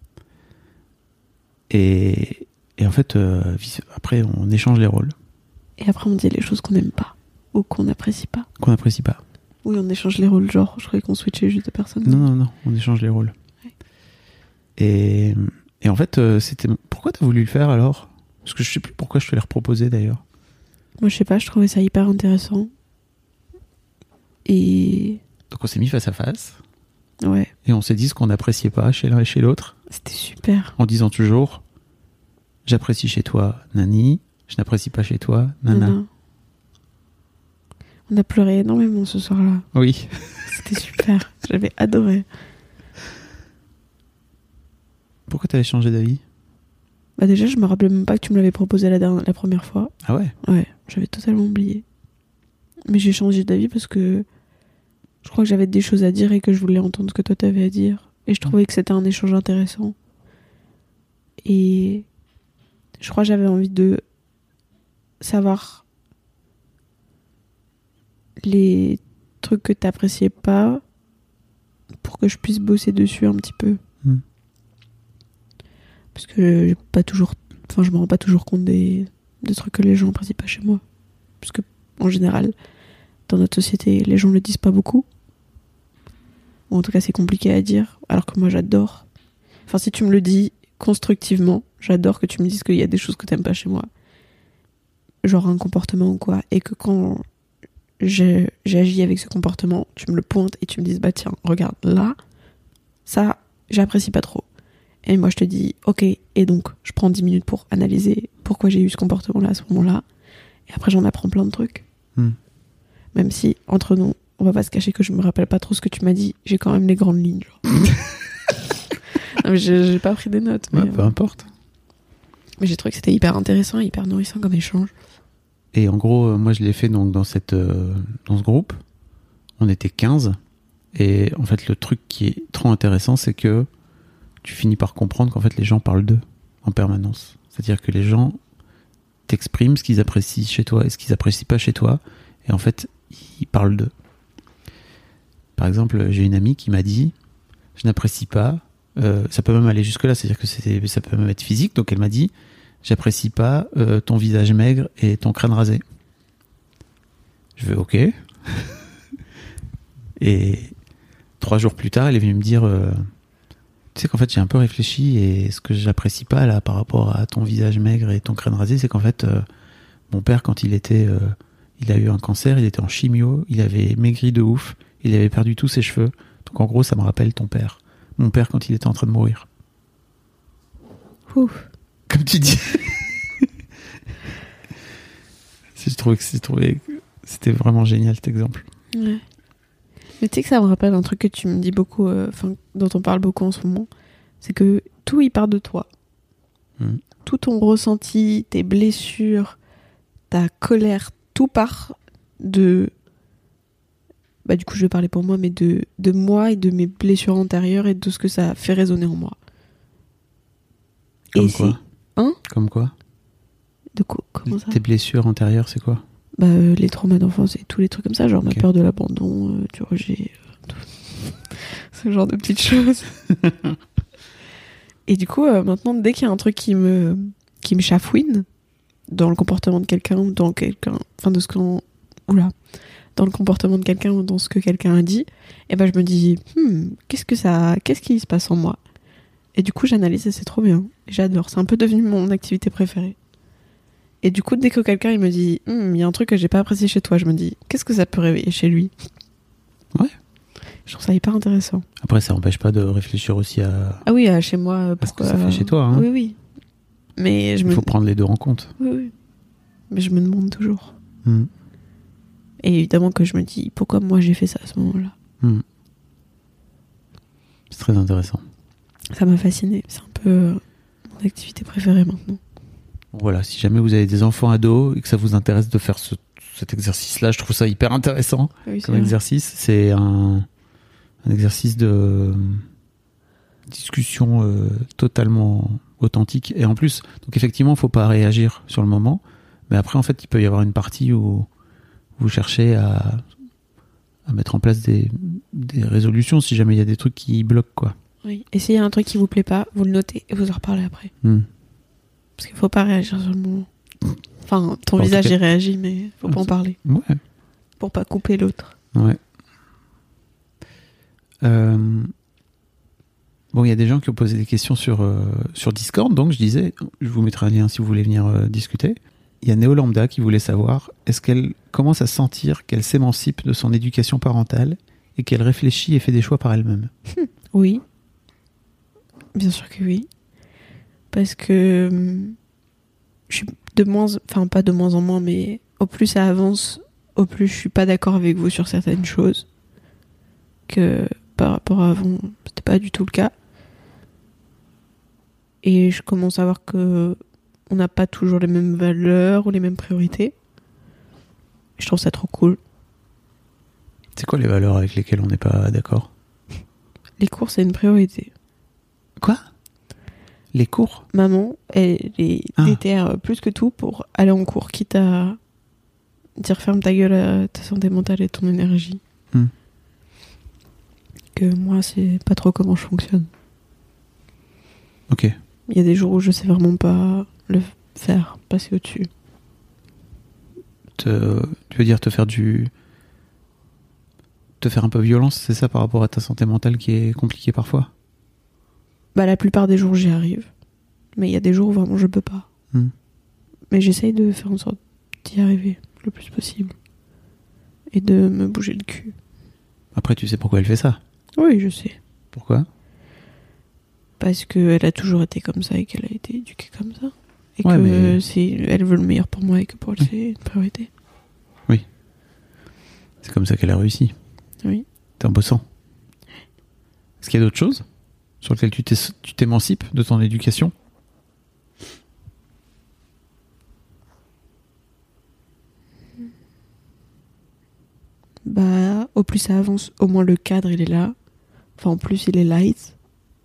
Et, et en fait, euh, après, on échange les rôles. Et après, on dit les choses qu'on n'aime pas, ou qu'on n'apprécie pas. Qu'on n'apprécie pas. Oui, on échange les rôles, genre, je croyais qu'on switchait juste de personne. Non, non, non, on échange les rôles. Ouais. Et, et en fait, euh, c'était... Pourquoi t'as voulu le faire alors ? Parce que je sais plus pourquoi je te l'ai reproposé d'ailleurs. Moi, je sais pas, je trouvais ça hyper intéressant. Et... Donc on s'est mis face à face. Ouais. Et on s'est dit ce qu'on n'appréciait pas chez l'un et chez l'autre. C'était super. En disant toujours, j'apprécie chez toi, Nani, je n'apprécie pas chez toi, Nana. Nana. On a pleuré énormément ce soir-là. Oui. C'était super. J'avais adoré. Pourquoi t'avais changé d'avis ? Bah déjà, je me rappelais même pas que tu me l'avais proposé la, dernière, la première fois. Ah ouais ? Ouais, j'avais totalement oublié. Mais j'ai changé d'avis parce que je crois que j'avais des choses à dire et que je voulais entendre ce que toi t'avais à dire. Et je trouvais que c'était un échange intéressant. Et je crois que j'avais envie de savoir les trucs que t'appréciais pas pour que je puisse bosser dessus un petit peu. Mm. Parce que j'ai pas toujours, enfin je me rends pas toujours compte des, des trucs que les gens apprécient pas chez moi. Parce que en général, dans notre société, les gens le disent pas beaucoup. Ou en tout cas, c'est compliqué à dire. Alors que moi, j'adore. Enfin, si tu me le dis constructivement, j'adore que tu me dises qu'il y a des choses que t'aimes pas chez moi. Genre un comportement ou quoi. Et que quand j'ai, j'agis avec ce comportement, tu me le pointes et tu me dises, bah tiens, regarde, là, ça, j'apprécie pas trop. Et moi, je te dis, ok, et donc, je prends dix minutes pour analyser pourquoi j'ai eu ce comportement-là à ce moment-là. Et après, j'en apprends plein de trucs. Mm. Même si, entre nous, on va pas se cacher que je me rappelle pas trop ce que tu m'as dit, j'ai quand même les grandes lignes. Genre. Non, mais j'ai, j'ai pas pris des notes. Mais, ouais, peu euh... importe. Mais j'ai trouvé que c'était hyper intéressant et hyper nourrissant comme échange. Et en gros, euh, moi, je l'ai fait donc dans, cette, euh, dans ce groupe. On était quinze. Et en fait, le truc qui est trop intéressant, c'est que tu finis par comprendre qu'en fait, les gens parlent d'eux en permanence. C'est-à-dire que les gens t'expriment ce qu'ils apprécient chez toi et ce qu'ils apprécient pas chez toi. Et en fait, ils parlent d'eux. Par exemple, j'ai une amie qui m'a dit « Je n'apprécie pas... Euh, » ça peut même aller jusque-là, c'est-à-dire que c'est, ça peut même être physique. Donc elle m'a dit « J'apprécie pas euh, ton visage maigre et ton crâne rasé. » Je vais « Ok. » Et trois jours plus tard, elle est venue me dire euh, « Tu sais qu'en fait, j'ai un peu réfléchi et ce que j'apprécie pas là par rapport à ton visage maigre et ton crâne rasé, c'est qu'en fait, euh, mon père, quand il était... Euh, il a eu un cancer, il était en chimio, il avait maigri de ouf, il avait perdu tous ses cheveux. Donc en gros, ça me rappelle ton père. Mon père quand il était en train de mourir. » Ouf. Comme tu dis. J'ai trouvé que j'ai trouvé que c'était vraiment génial cet exemple. Ouais. Mais tu sais que ça me rappelle un truc que tu me dis beaucoup, enfin euh, dont on parle beaucoup en ce moment, c'est que tout y part de toi. Mmh. Tout ton ressenti, tes blessures, ta colère, tout part de... Bah du coup je vais parler pour moi, mais de, de moi et de mes blessures antérieures et de ce que ça a fait résonner en moi. Comme et quoi Hein Comme quoi De quoi Comment ça Tes blessures antérieures, c'est quoi ? Bah, euh, les traumas d'enfance et tous les trucs comme ça, genre Ok. ma peur de l'abandon, euh, du rejet, euh, tout. Ce genre de petites choses. Et du coup, euh, maintenant, dès qu'il y a un truc qui me, qui me chafouine, dans le comportement de quelqu'un, ou dans quelqu'un, enfin de ce qu'on, oula, dans le comportement de quelqu'un ou dans ce que quelqu'un a dit, et ben je me dis, hmm, qu'est-ce que ça, qu'est-ce qui se passe en moi? Et du coup, j'analyse et c'est trop bien. J'adore. C'est un peu devenu mon activité préférée. Et du coup, dès que quelqu'un il me dit, il y a un truc que j'ai pas apprécié chez toi, je me dis, qu'est-ce que ça peut réveiller chez lui? Ouais. Je trouve ça hyper intéressant. Après, ça n'empêche pas de réfléchir aussi à, Ah oui, euh, chez moi, à ce que pourquoi ça fait chez toi. Hein. Oui, oui. Mais je Il me. faut prendre les deux en compte. Oui, oui. Mais je me demande toujours. Mm. Et évidemment que je me dis, pourquoi moi j'ai fait ça à ce moment-là? Mm. C'est très intéressant. Ça m'a fascinée. C'est un peu euh, mon activité préférée maintenant. Voilà, si jamais vous avez des enfants ados et que ça vous intéresse de faire ce, cet exercice-là, je trouve ça hyper intéressant Oui, c'est comme vrai. exercice. C'est un, un exercice de euh, discussion euh, totalement authentique. Et en plus, donc effectivement, il ne faut pas réagir sur le moment. Mais après, en fait, il peut y avoir une partie où vous cherchez à, à mettre en place des, des résolutions si jamais il y a des trucs qui bloquent, quoi. Oui. Et s'il y a un truc qui vous plaît pas, vous le notez et vous en reparlez après. Mm. Parce qu'il faut pas réagir sur le moment. Enfin, ton En visage tout cas- y réagit, mais faut pas en parler. Ouais. Pour pas couper l'autre. Ouais. Euh, Bon, il y a des gens qui ont posé des questions sur, euh, sur Discord, donc je disais, je vous mettrai un lien si vous voulez venir euh, discuter. Il y a Néo Lambda qui voulait savoir, est-ce qu'elle commence à sentir qu'elle s'émancipe de son éducation parentale et qu'elle réfléchit et fait des choix par elle-même? Oui. Bien sûr que oui. Parce que hum, je suis de moins, enfin pas de moins en moins, mais au plus ça avance, au plus je suis pas d'accord avec vous sur certaines choses. Que par rapport à avant, c'était pas du tout le cas. Et je commence à voir que on n'a pas toujours les mêmes valeurs ou les mêmes priorités. Je trouve ça trop cool. C'est quoi les valeurs avec lesquelles on n'est pas d'accord? Les cours, c'est une priorité. Quoi? Les cours? Maman, elle est Ah. déterre plus que tout pour aller en cours, quitte à dire ferme ta gueule à ta santé mentale et ton énergie. Hmm. Que moi, c'est pas trop comment je fonctionne. Ok. Il y a des jours où je sais vraiment pas le faire, passer au-dessus. Te, tu veux dire te faire du... te faire un peu violence, c'est ça, par rapport à ta santé mentale qui est compliquée parfois? Bah, la plupart des jours, j'y arrive. Mais il y a des jours où vraiment je peux pas. Hmm. Mais j'essaye de faire en sorte d'y arriver le plus possible. Et de me bouger le cul. Après, tu sais pourquoi elle fait ça? Oui, je sais. Pourquoi? Parce qu'elle a toujours été comme ça et qu'elle a été éduquée comme ça. Et Ouais, que mais- c'est, elle veut le meilleur pour moi et que pour elle, Oui. c'est une priorité. C'est comme ça qu'elle a réussi. Oui. C'est en bossant. Est-ce qu'il y a d'autres choses sur lesquelles tu, t'es, tu t'émancipes de ton éducation? Bah, au plus ça avance, au moins le cadre, il est là. Enfin, en plus, il est light.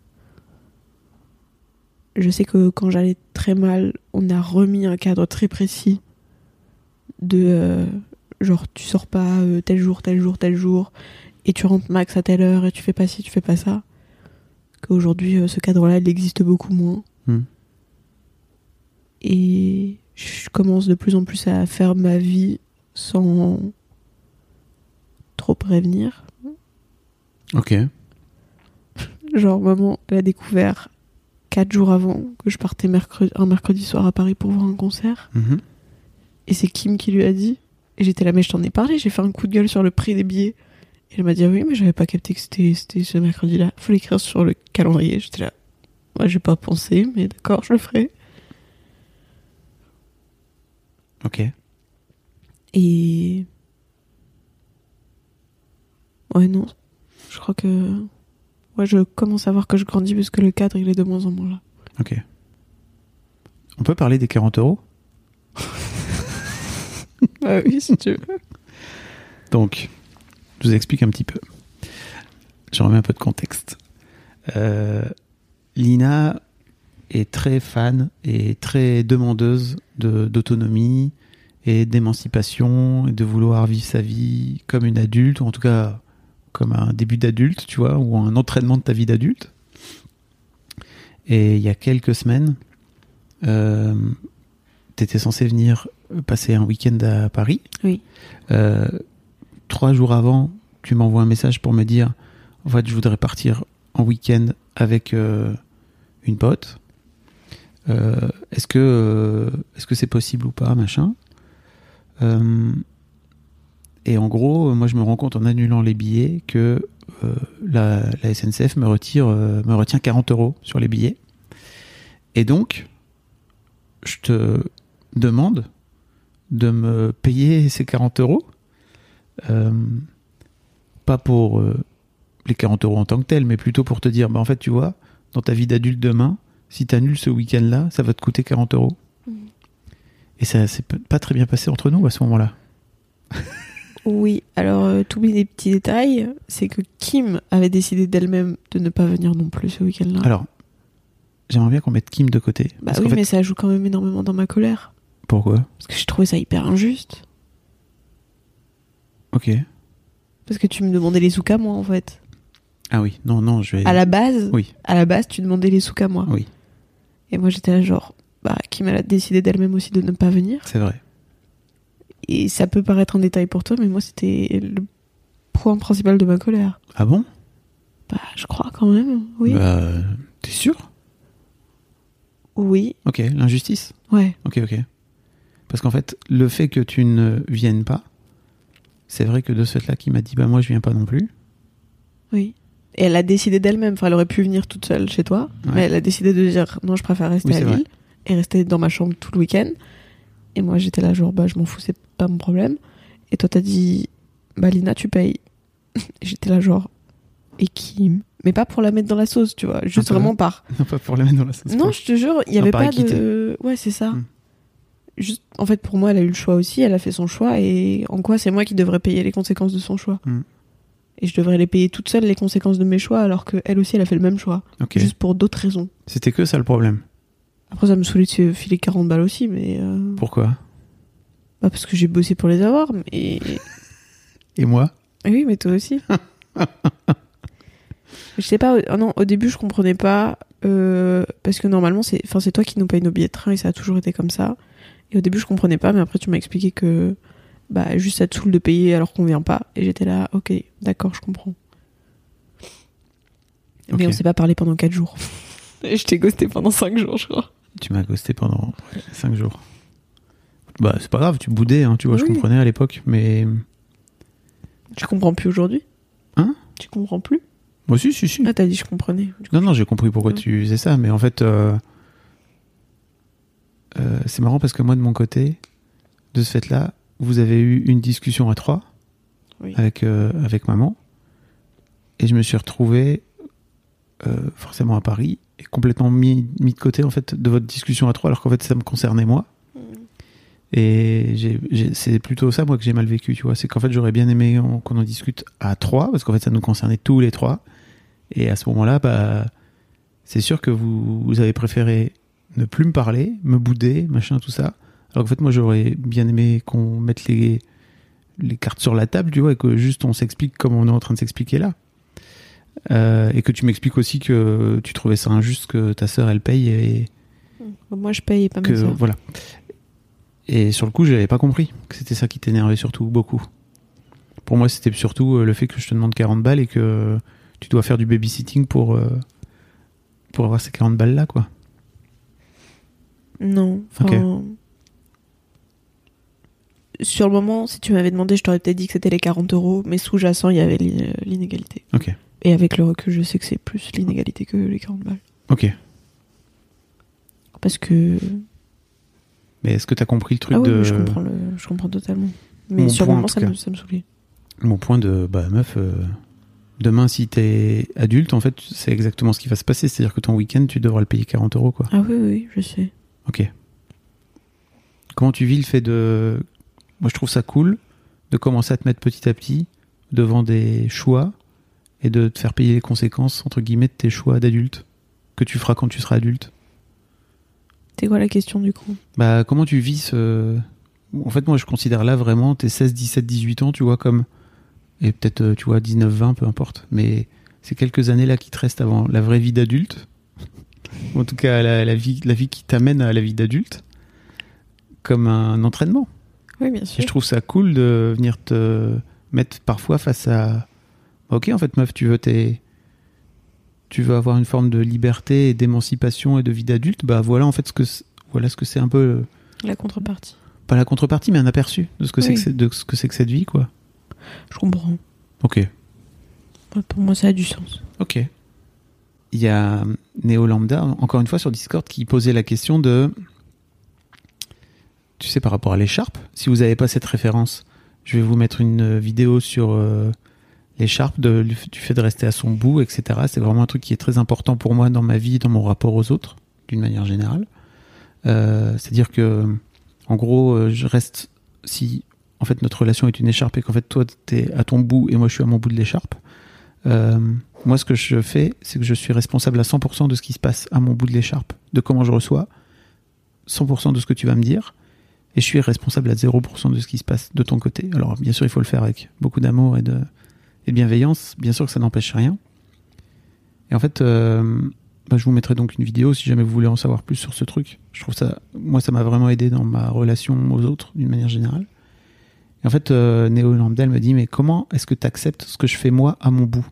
Je sais que quand j'allais très mal, on a remis un cadre très précis de euh, genre tu sors pas euh, tel jour, tel jour, tel jour et tu rentres max à telle heure et tu fais pas ci, tu fais pas ça. Qu'aujourd'hui, euh, ce cadre-là, il existe beaucoup moins. Hmm. Et je commence de plus en plus à faire ma vie sans trop prévenir. Ok. Genre, maman, elle a découvert quatre jours avant que je partais mercredi, un mercredi soir à Paris pour voir un concert. Mhm. Et c'est Kim qui lui a dit. Et j'étais là, mais je t'en ai parlé, j'ai fait un coup de gueule sur le prix des billets. Et elle m'a dit, ah oui, mais j'avais pas capté que c'était, c'était ce mercredi-là. Faut l'écrire sur le calendrier. J'étais là, moi, j'ai pas pensé, mais d'accord, je le ferai. Ok. Et... Ouais, non. Je crois que... Ouais, je commence à voir que je grandis parce que le cadre, il est de moins en moins là. Ok. On peut parler des quarante euros? Ah oui, si tu veux. Donc, je vous explique un petit peu. Je remets un peu de contexte. Euh, Lina est très fan et très demandeuse de, d'autonomie et d'émancipation et de vouloir vivre sa vie comme une adulte, ou en tout cas comme un début d'adulte, tu vois, ou un entraînement de ta vie d'adulte. Et il y a quelques semaines, euh, tu étais censé venir passer un week-end à Paris. Oui. Euh, trois jours avant, tu m'envoies un message pour me dire en fait, je voudrais partir en week-end avec euh, une pote. Euh, est-ce que euh, est-ce que c'est possible ou pas, machin. Euh, et en gros, moi, je me rends compte en annulant les billets que euh, la, la S N C F me retire euh, me retient quarante euros sur les billets. Et donc, je te demande de me payer ces quarante euros. Euh, pas pour euh, les quarante euros en tant que tel, mais plutôt pour te dire, bah en fait, tu vois, dans ta vie d'adulte demain, si tu annules ce week-end-là, ça va te coûter quarante euros. Mmh. Et ça s'est pas très bien passé entre nous à ce moment-là. Oui, alors euh, t'oublies des petits détails, c'est que Kim avait décidé d'elle-même de ne pas venir non plus ce week-end-là. Alors, j'aimerais bien qu'on mette Kim de côté. Bah oui, fait... mais ça joue quand même énormément dans ma colère. Pourquoi ? Parce que j'ai trouvé ça hyper injuste. Ok. Parce que tu me demandais les sous qu'à moi, en fait. Ah oui, non, non, je vais... À la base, oui. à la base, tu demandais les sous qu'à moi. Oui. Et moi, j'étais là genre, bah, Kim, elle a décidé d'elle-même aussi de ne pas venir. C'est vrai. Et ça peut paraître un détail pour toi, mais moi, c'était le point principal de ma colère. Ah bon ? Bah, je crois quand même, oui. Bah, t'es sûr ? Oui. Ok, l'injustice ? Ouais. Ok, ok. Parce qu'en fait, le fait que tu ne viennes pas, c'est vrai que de ce fait-là, qui m'a dit, bah moi, je viens pas non plus. Oui. Et elle a décidé d'elle-même. Enfin, elle aurait pu venir toute seule chez toi, ouais. Mais elle a décidé de dire, non, je préfère rester oui, à Lille vrai. Et rester dans ma chambre tout le week-end. Et moi, j'étais là, genre, bah, je m'en fous, c'est pas mon problème. Et toi, t'as dit, bah, Lina, tu payes. Et j'étais là, genre, et qui... Mais pas pour la mettre dans la sauce, tu vois. Juste non, vraiment par... Non, pas pour la mettre dans la sauce. Non, pas. Je te jure, il y non, avait pas équité. De... Ouais, c'est ça. Hum. Juste, en fait, pour moi, elle a eu le choix aussi. Elle a fait son choix. Et en quoi, c'est moi qui devrais payer les conséquences de son choix. Hum. Et je devrais les payer toute seule, les conséquences de mes choix, alors qu'elle aussi, elle a fait le même choix. Okay. Juste pour d'autres raisons. C'était que ça, le problème. Après, ça me saoulait de se filer quarante balles aussi, mais... Euh... Pourquoi ? Bah, parce que j'ai bossé pour les avoir, mais... Et moi ? Oui, mais toi aussi. Je sais pas, oh non, au début, je comprenais pas, euh, parce que normalement, c'est, enfin, c'est toi qui nous payes nos billets de train, et ça a toujours été comme ça. Et au début, je comprenais pas, mais après, tu m'as expliqué que, bah, juste ça te saoule de payer alors qu'on vient pas. Et j'étais là, ok, d'accord, je comprends. Okay. Mais on s'est pas parlé pendant quatre jours. Et je t'ai ghosté pendant cinq jours, je crois. Tu m'as ghosté pendant cinq jours. Bah, c'est pas grave, tu boudais, hein, tu vois, oui. Je comprenais à l'époque, mais... Tu comprends plus aujourd'hui ? Hein ? Tu comprends plus ? Moi, si, si, si. Ah, t'as dit je comprenais. Non, non, j'ai compris pourquoi ouais. tu faisais ça, mais en fait, euh, euh, c'est marrant parce que moi, de mon côté, de ce fait-là, vous avez eu une discussion à trois oui. avec, euh, avec maman, et je me suis retrouvé euh, forcément à Paris, et complètement mis, mis de côté, en fait, de votre discussion à trois, alors qu'en fait, ça me concernait moi. Mm. Et j'ai, j'ai, c'est plutôt ça, moi, que j'ai mal vécu, tu vois. C'est qu'en fait, j'aurais bien aimé on, qu'on en discute à trois, parce qu'en fait, ça nous concernait tous les trois. Et à ce moment-là, bah, c'est sûr que vous, vous avez préféré ne plus me parler, me bouder, machin, tout ça. Alors qu'en fait, moi, j'aurais bien aimé qu'on mette les, les cartes sur la table, tu vois, et que juste on s'explique comme on est en train de s'expliquer là. Euh, et que tu m'expliques aussi que tu trouvais ça injuste que ta sœur, elle paye et... Moi, je paye, pas que, ma sœur. Voilà. Et sur le coup, j'avais pas compris que c'était ça qui t'énervait surtout, beaucoup. Pour moi, c'était surtout le fait que je te demande quarante balles et que tu dois faire du babysitting pour, euh, pour avoir ces quarante balles-là, quoi. Non. Okay. Sur le moment, si tu m'avais demandé, je t'aurais peut-être dit que c'était les quarante euros, mais sous-jacent, il y avait l'inégalité. Ok. Et avec le recul, je sais que c'est plus l'inégalité que les quarante balles. Ok. Parce que... Mais est-ce que t'as compris le truc ah oui, de... je comprends, le... je comprends totalement. Mais Mon sur le point, moment, ça me, ça me saoulait. Mon point de... Bah, meuf... Euh... Demain, si t'es adulte, en fait, c'est exactement ce qui va se passer. C'est-à-dire que ton week-end, tu devras le payer quarante euros, quoi. Ah oui, oui, je sais. Ok. Comment tu vis le fait de... Moi, je trouve ça cool de commencer à te mettre petit à petit devant des choix et de te faire payer les conséquences, entre guillemets, de tes choix d'adulte que tu feras quand tu seras adulte. C'est quoi la question, du coup ? Bah, comment tu vis ce... En fait, moi, je considère là vraiment tes seize, dix-sept, dix-huit ans, tu vois, comme. Et peut-être, euh, tu vois, dix-neuf, vingt, peu importe. Mais ces quelques années-là qui te restent avant la vraie vie d'adulte, en tout cas, la, la, vie, la vie qui t'amène à la vie d'adulte, comme un entraînement. Oui, bien sûr. Et je trouve ça cool de venir te mettre parfois face à. Ok, en fait, meuf, tu veux tes. Tu veux avoir une forme de liberté et d'émancipation et de vie d'adulte, bah voilà en fait ce que c'est, voilà ce que c'est un peu la contrepartie. Pas la contrepartie, mais un aperçu de ce que oui. c'est que c'est, de ce que c'est que cette vie, quoi. Je comprends. Ok. Pour moi, ça a du sens. Ok. Il y a Néo Lambda, encore une fois sur Discord, qui posait la question de, tu sais, par rapport à l'écharpe. Si vous n'avez pas cette référence, je vais vous mettre une vidéo sur euh, l'écharpe, de, du fait de rester à son bout, et cetera. C'est vraiment un truc qui est très important pour moi dans ma vie, dans mon rapport aux autres, d'une manière générale. Euh, c'est-à-dire que, en gros, je reste, si en fait notre relation est une écharpe et qu'en fait toi t'es à ton bout et moi je suis à mon bout de l'écharpe, euh, moi ce que je fais, c'est que je suis responsable à cent pour cent de ce qui se passe à mon bout de l'écharpe, de comment je reçois, cent pour cent de ce que tu vas me dire, et je suis responsable à zéro pour cent de ce qui se passe de ton côté. Alors bien sûr il faut le faire avec beaucoup d'amour et de, et de bienveillance, bien sûr que ça n'empêche rien. Et en fait, euh, bah, je vous mettrai donc une vidéo si jamais vous voulez en savoir plus sur ce truc. Je trouve ça, moi ça m'a vraiment aidé dans ma relation aux autres d'une manière générale. Et en fait, euh, Néo Lambda me dit, mais comment est-ce que tu acceptes ce que je fais moi à mon bout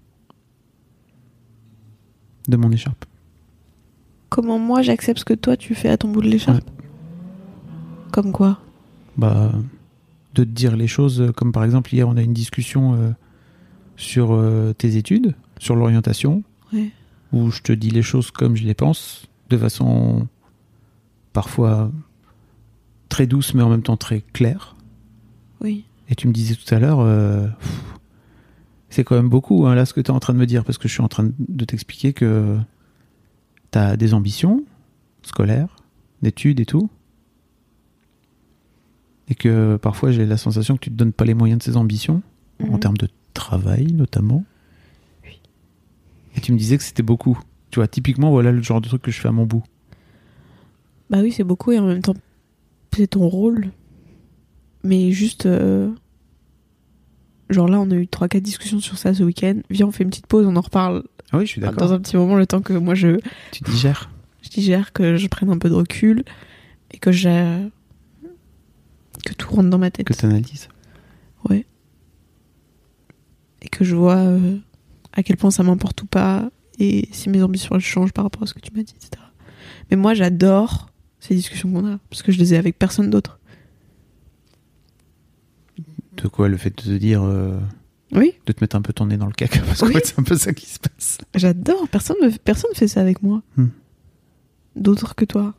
de mon écharpe? Comment moi j'accepte ce que toi tu fais à ton bout de l'écharpe? Ouais. Comme quoi? Bah, de te dire les choses, comme par exemple hier on a une discussion euh, sur euh, tes études, sur l'orientation, ouais. Où je te dis les choses comme je les pense, de façon parfois très douce mais en même temps très claire. Oui. Et tu me disais tout à l'heure, euh, pff, c'est quand même beaucoup, hein, là, ce que tu es en train de me dire, parce que je suis en train de t'expliquer que tu as des ambitions scolaires, d'études et tout, et que parfois j'ai la sensation que tu te donnes pas les moyens de ces ambitions, mmh. en termes de travail notamment. Oui. Et tu me disais que c'était beaucoup. Tu vois, typiquement, voilà le genre de truc que je fais à mon bout. Bah oui, c'est beaucoup, et en même temps, c'est ton rôle. Mais juste, euh, genre là, on a eu trois quatre discussions sur ça ce week-end. Viens, on fait une petite pause, on en reparle. Ah oui, je suis d'accord. Dans un petit moment, le temps que moi je... Tu digères. Je digère, que je prenne un peu de recul et que j'ai... que tout rentre dans ma tête. Que t'analyses. Ouais. Et que je vois euh, à quel point ça m'importe ou pas et si mes ambitions elles changent par rapport à ce que tu m'as dit, et cetera. Mais moi, j'adore ces discussions qu'on a parce que je les ai avec personne d'autre. De quoi, le fait de te dire... Euh, oui. De te mettre un peu ton nez dans le caca, parce oui. qu'en fait, c'est un peu ça qui se passe. J'adore. Personne ne personne fait ça avec moi. Hmm. D'autres que toi.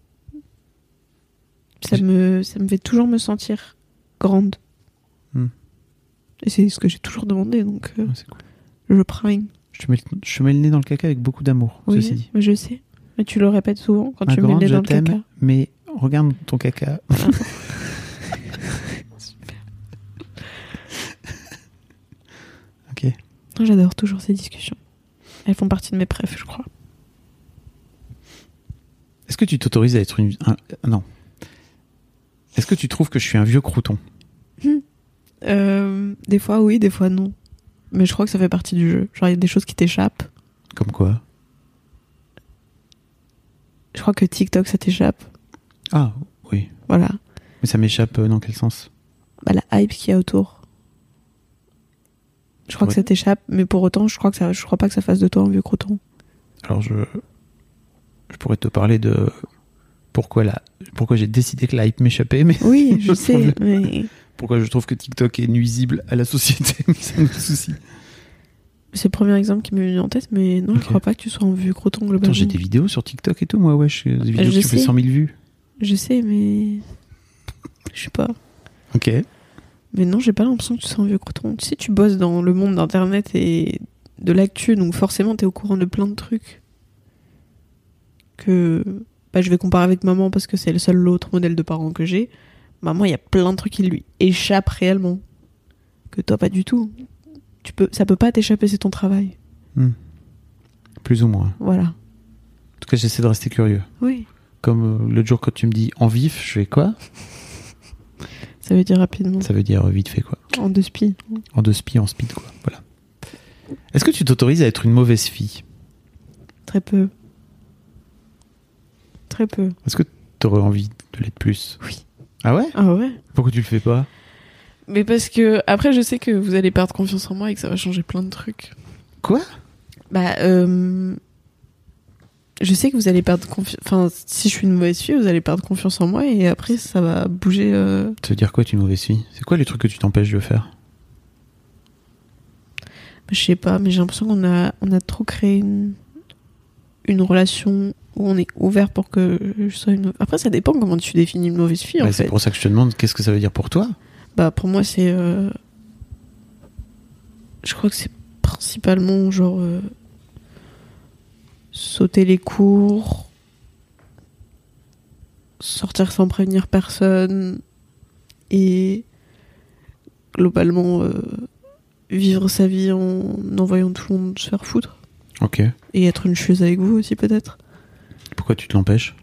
Ça me, ça me fait toujours me sentir grande. Hmm. Et c'est ce que j'ai toujours demandé, donc euh, ouais, c'est cool. Je prime. Je te, mets, je te mets le nez dans le caca avec beaucoup d'amour, oui, ceci dit. Mais je sais. Mais tu le répètes souvent quand Ma tu grande, mets le nez dans je t'aime, le caca. Mais regarde ton caca. Ah. Ok. J'adore toujours ces discussions. Elles font partie de mes préfs, je crois. Est-ce que tu t'autorises à être une... Un, non. Est-ce que tu trouves que je suis un vieux crouton? mmh. euh, Des fois oui, des fois non. Mais je crois que ça fait partie du jeu. Genre il y a des choses qui t'échappent. Comme quoi? Je crois que TikTok ça t'échappe. Ah oui. Voilà. Mais ça m'échappe dans quel sens? Bah la hype qu'il y a autour. Je crois ouais. que ça t'échappe, mais pour autant, je crois que ça, je crois pas que ça fasse de toi un vieux croton. Alors je, je pourrais te parler de pourquoi la, pourquoi j'ai décidé que la hype m'échappait, mais oui, je sais. Mais... pourquoi je trouve que TikTok est nuisible à la société, mais c'est un autre souci. C'est le premier exemple qui m'est venu en tête, mais non, okay. Je crois pas que tu sois un vieux croton globalement. Attends, j'ai des vidéos sur TikTok et tout, moi, ouais, j'ai des vidéos je qui ont fait cent mille vues. Je sais, mais je sais pas. Ok. Mais non, j'ai pas l'impression que tu sois un vieux croton. Tu sais, tu bosses dans le monde d'internet et de l'actu, donc forcément t'es au courant de plein de trucs. Que bah, je vais comparer avec maman parce que c'est le seul autre modèle de parent que j'ai. Maman, il y a plein de trucs qui lui échappent réellement. Que toi, pas du tout. Tu peux, ça peut pas t'échapper, c'est ton travail. Mmh. Plus ou moins. Voilà. En tout cas, j'essaie de rester curieux. Oui. Comme euh, l'autre jour quand tu me dis en vif, je fais quoi? Ça veut dire rapidement. Ça veut dire vite fait, quoi. En deux spies. En deux spies, en speed, quoi. Voilà. Est-ce que tu t'autorises à être une mauvaise fille? Très peu. Très peu. Est-ce que t'aurais envie de l'être plus? Oui. Ah ouais? Ah ouais? Pourquoi tu le fais pas? Mais parce que, après, je sais que vous allez perdre confiance en moi et que ça va changer plein de trucs. Quoi? Bah, euh... je sais que vous allez perdre confiance. Enfin, si je suis une mauvaise fille, vous allez perdre confiance en moi et après, ça va bouger. Euh... Ça veut dire quoi, tu es une mauvaise fille? C'est quoi les trucs que tu t'empêches de faire? Bah, je sais pas, mais j'ai l'impression qu'on a, on a trop créé une, une relation où on est ouvert pour que je sois une. Après, ça dépend comment tu définis une mauvaise fille, bah, en c'est fait. pour ça que je te demande qu'est-ce que ça veut dire pour toi? Bah, pour moi, c'est. Euh... Je crois que c'est principalement genre. Euh... sauter les cours, sortir sans prévenir personne et globalement euh, vivre sa vie en envoyant tout le monde se faire foutre. Ok. Et être une chieuse avec vous aussi peut-être. Pourquoi tu te l'empêches?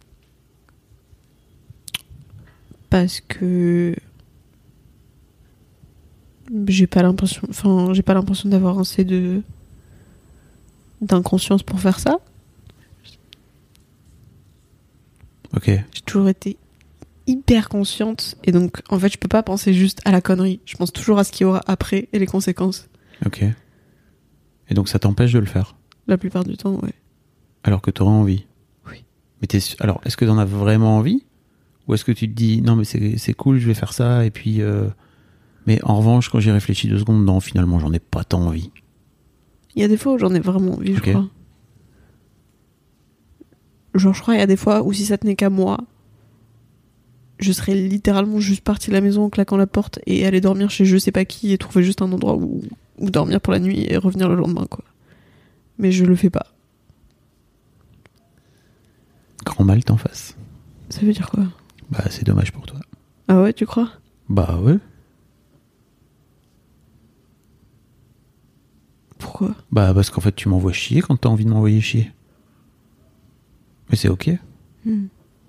Parce que j'ai pas l'impression, enfin j'ai pas l'impression d'avoir assez de d'inconscience pour faire ça. Ok. J'ai toujours été hyper consciente et donc en fait je peux pas penser juste à la connerie. Je pense toujours à ce qu'il y aura après et les conséquences. Ok. Et donc ça t'empêche de le faire? La plupart du temps, ouais. Alors que t'aurais envie? Oui. Mais t'es... Alors, est-ce que t'en as vraiment envie? Ou est-ce que tu te dis, non mais c'est, c'est cool, je vais faire ça, et puis... Euh... Mais en revanche, quand j'y réfléchis deux secondes, non, finalement, j'en ai pas tant envie. Il y a des fois où j'en ai vraiment envie, okay. je crois. Genre, je crois, il y a des fois où si ça tenait qu'à moi, je serais littéralement juste partie de la maison en claquant la porte et aller dormir chez je sais pas qui et trouver juste un endroit où, où dormir pour la nuit et revenir le lendemain, quoi. Mais je le fais pas. Grand mal t'en fasse. Ça veut dire quoi? Bah, c'est dommage pour toi. Ah ouais, tu crois? Bah ouais. Pourquoi? Bah parce qu'en fait tu m'envoies chier quand t'as envie de m'envoyer chier. Mais c'est ok. Hmm.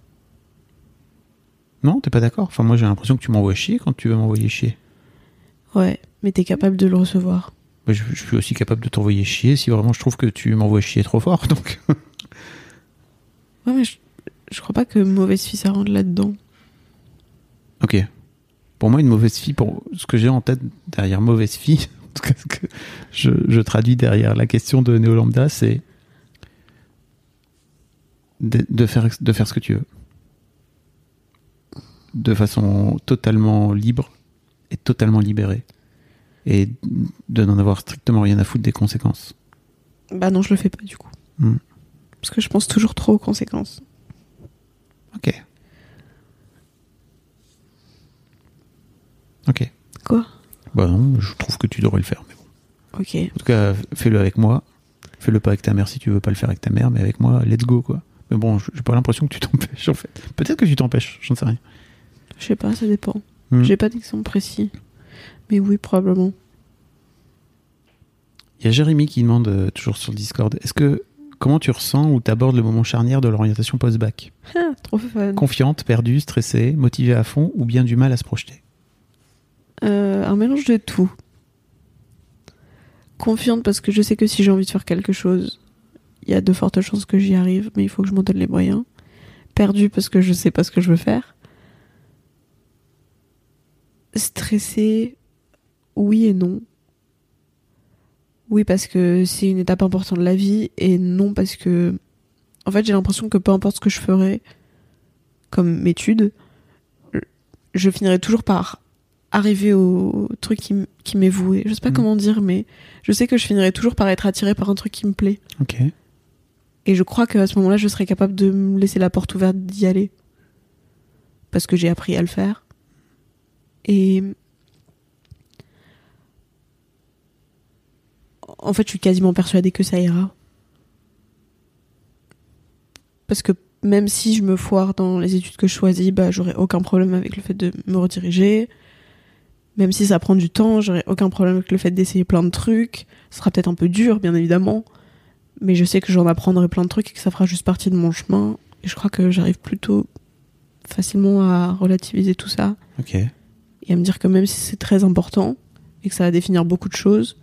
Non, t'es pas d'accord? Enfin moi j'ai l'impression que tu m'envoies chier quand tu veux m'envoyer chier. Ouais, mais t'es capable de le recevoir. Bah, je, je suis aussi capable de t'envoyer chier si vraiment je trouve que tu m'envoies chier trop fort, donc... Ouais, mais je, je crois pas que mauvaise fille ça rentre là-dedans. Ok. Pour moi, une mauvaise fille, pour ce que j'ai en tête derrière mauvaise fille, en tout cas ce que je, je traduis derrière la question de Néo Lambda, c'est de, de, faire, de faire ce que tu veux. De façon totalement libre et totalement libérée. Et de n'en avoir strictement rien à foutre des conséquences. Bah non, je le fais pas du coup. Hmm. Parce que je pense toujours trop aux conséquences. Ok. Ok. Quoi? Bah non, je trouve que tu devrais le faire, mais bon. Ok. En tout cas, fais-le avec moi. Fais-le pas avec ta mère si tu veux pas le faire avec ta mère, mais avec moi, let's go, quoi. Mais bon, j'ai pas l'impression que tu t'empêches, en fait. Peut-être que tu t'empêches, j'en sais rien. Je sais pas, ça dépend. Hmm. J'ai pas d'exemple précis. Mais oui, probablement. Il y a Jérémy qui demande, euh, toujours sur le Discord, est-ce que, comment tu ressens ou t'abordes le moment charnière de l'orientation post-bac? Ah, trop fun. Confiante, perdue, stressée, motivée à fond ou bien du mal à se projeter? Euh, un mélange de tout. Confiante parce que je sais que si j'ai envie de faire quelque chose, il y a de fortes chances que j'y arrive, mais il faut que je m'en donne les moyens. Perdue parce que je sais pas ce que je veux faire. Stressée, oui et non. Oui parce que c'est une étape importante de la vie, et non parce que... En fait, j'ai l'impression que peu importe ce que je ferais comme étude, je finirai toujours par arriver au truc qui, m- qui m'est voué. Je sais pas mmh. comment dire, mais je sais que je finirai toujours par être attirée par un truc qui me plaît. Ok. Et je crois qu'à ce moment-là, je serais capable de me laisser la porte ouverte d'y aller. Parce que j'ai appris à le faire. Et... En fait, je suis quasiment persuadée que ça ira. Parce que même si je me foire dans les études que je choisis, bah, j'aurai aucun problème avec le fait de me rediriger. Même si ça prend du temps, j'aurai aucun problème avec le fait d'essayer plein de trucs. Ce sera peut-être un peu dur, bien évidemment. Mais je sais que j'en apprendrai plein de trucs et que ça fera juste partie de mon chemin. Et je crois que j'arrive plutôt facilement à relativiser tout ça. Ok. et à me dire que même si c'est très important et que ça va définir beaucoup de choses,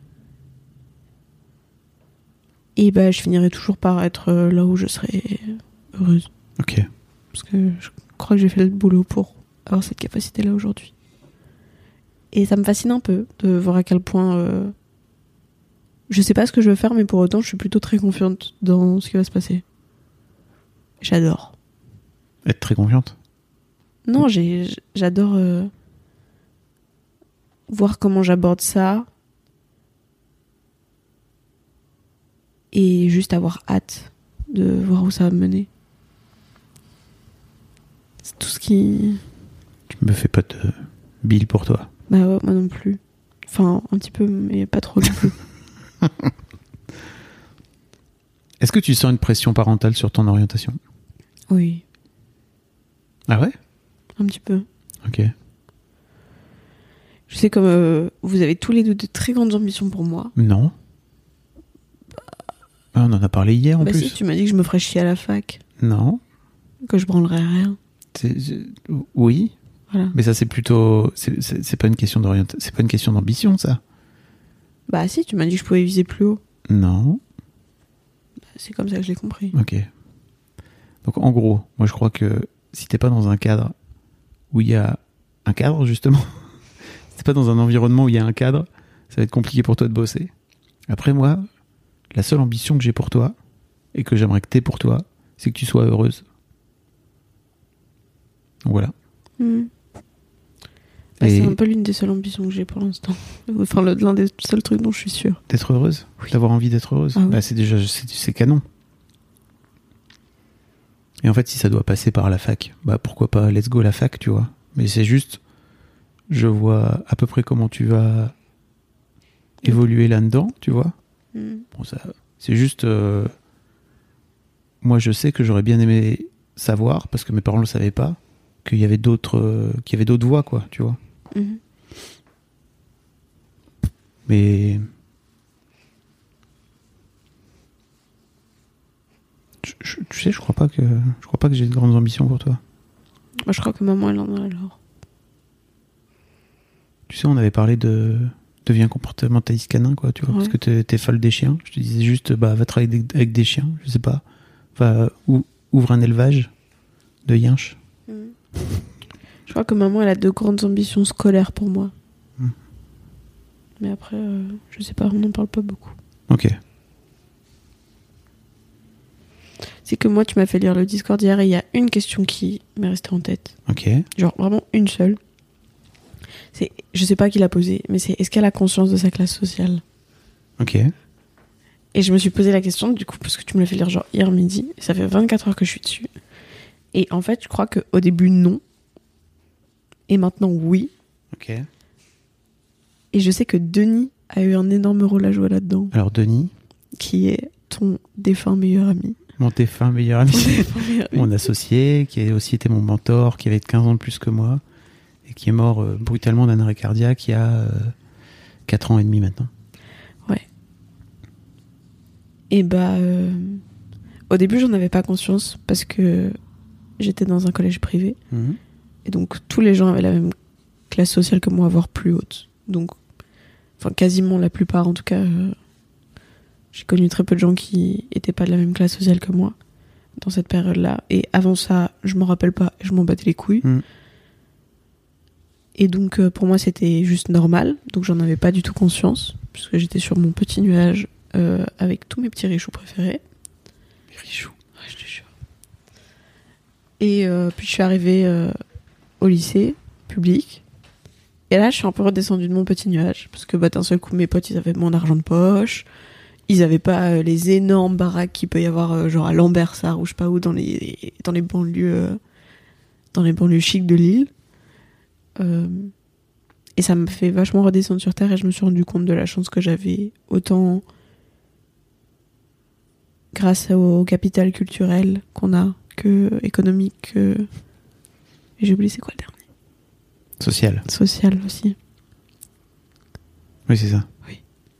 et bah je finirai toujours par être là où je serai heureuse. Ok. Parce que je crois que j'ai fait le boulot pour avoir cette capacité-là aujourd'hui. Et ça me fascine un peu de voir à quel point euh, je sais pas ce que je veux faire, mais pour autant je suis plutôt très confiante dans ce qui va se passer. J'adore. Être très confiante. Non, j'ai, j'adore euh, voir comment j'aborde ça et juste avoir hâte de voir où ça va me mener. C'est tout ce qui... Tu me fais pas de bile pour toi. Bah ouais, moi non plus. Enfin, un petit peu, mais pas trop non plus. Est-ce que tu sens une pression parentale sur ton orientation ? Oui. Ah ouais ? Un petit peu. Ok. Je sais comme euh, vous avez tous les deux de très grandes ambitions pour moi. Non. Ah, on en a parlé hier en bah plus. Si, tu m'as dit que je me ferais chier à la fac. Non. Que je branlerais rien. C'est, c'est, oui. Voilà. Mais ça c'est plutôt, c'est, c'est, c'est pas une question d'orientation, c'est pas une question d'ambition ça. Bah si, tu m'as dit que je pouvais viser plus haut. Non. Bah, c'est comme ça que je l'ai compris. Ok. Donc en gros, moi je crois que si t'es pas dans un cadre où il y a un cadre justement, si t'es pas dans un environnement où il y a un cadre, ça va être compliqué pour toi de bosser. Après moi, la seule ambition que j'ai pour toi et que j'aimerais que t'aies pour toi, c'est que tu sois heureuse. Donc voilà. Mmh. Bah, Et c'est un peu l'une des seules ambitions que j'ai pour l'instant. Enfin, le, l'un des seuls trucs dont je suis sûre. D'être heureuse, oui. D'avoir envie d'être heureuse, ah, oui. bah, c'est déjà c'est, c'est canon. Et en fait, si ça doit passer par la fac, bah pourquoi pas, let's go la fac, tu vois. Mais c'est juste, je vois à peu près comment tu vas évoluer là-dedans, tu vois. Mmh. Bon, ça, c'est juste, euh, moi je sais que j'aurais bien aimé savoir, parce que mes parents le savaient pas, qu'il y avait d'autres, euh, qu'il y avait d'autres voies, quoi, tu vois. Mmh. Mais je, je, tu sais, je crois pas que je crois pas que j'ai de grandes ambitions pour toi. Moi, je crois que maman elle en a alors. Tu sais, on avait parlé de deviens comportementaliste canin, quoi, tu vois, ouais. Parce que t'es, t'es folle des chiens. Je te disais juste, bah va travailler avec des, avec des chiens, je sais pas, va ou, ouvre un élevage de yinches. Mmh. Je crois que maman elle a de grandes ambitions scolaires pour moi. Mmh. Mais après, euh, je sais pas, on n'en parle pas beaucoup. Ok. C'est que moi, tu m'as fait lire le Discord hier et il y a une question qui m'est restée en tête. Ok. Genre vraiment une seule. C'est, je sais pas qui l'a posée, mais c'est est-ce qu'elle a conscience de sa classe sociale ? Ok. Et je me suis posé la question, du coup, parce que tu me l'as fait lire genre hier midi, et ça fait vingt-quatre heures que je suis dessus. Et en fait, je crois qu'au début, non. Et maintenant, oui. Ok. Et je sais que Denis a eu un énorme rôle à jouer là-dedans. Alors, Denis ? Qui est ton défunt meilleur ami. Mon défunt meilleur ami. meilleur ami. Mon associé, qui a aussi été mon mentor, qui avait quinze ans de plus que moi, et qui est mort euh, brutalement d'un arrêt cardiaque il y a euh, quatre ans et demi maintenant. Ouais. Et bah, euh, au début, j'en avais pas conscience, parce que j'étais dans un collège privé. Mmh. Et donc, tous les gens avaient la même classe sociale que moi, voire plus haute. Donc, enfin, quasiment la plupart, en tout cas, euh, j'ai connu très peu de gens qui étaient pas de la même classe sociale que moi dans cette période-là. Et avant ça, je m'en rappelle pas, je m'en battais les couilles. Mmh. Et donc, euh, pour moi, c'était juste normal. Donc, j'en avais pas du tout conscience, puisque j'étais sur mon petit nuage euh, avec tous mes petits richoux préférés. Les richoux. Ouais, je te jure. Et euh, puis, je suis arrivée euh, au lycée public. Et là, je suis un peu redescendue de mon petit nuage. Parce que bah, d'un seul coup, mes potes, ils avaient mon argent de poche. Ils avaient pas euh, les énormes baraques qu'il peut y avoir, euh, genre à Lambersart ou je sais pas où, dans les, dans les banlieues, euh, dans les banlieues chics de Lille. Euh, et ça me fait vachement redescendre sur terre et je me suis rendu compte de la chance que j'avais, autant grâce au capital culturel qu'on a que économique que... et j'ai oublié c'est quoi le dernier. Social. Social aussi. Oui, c'est ça. Oui.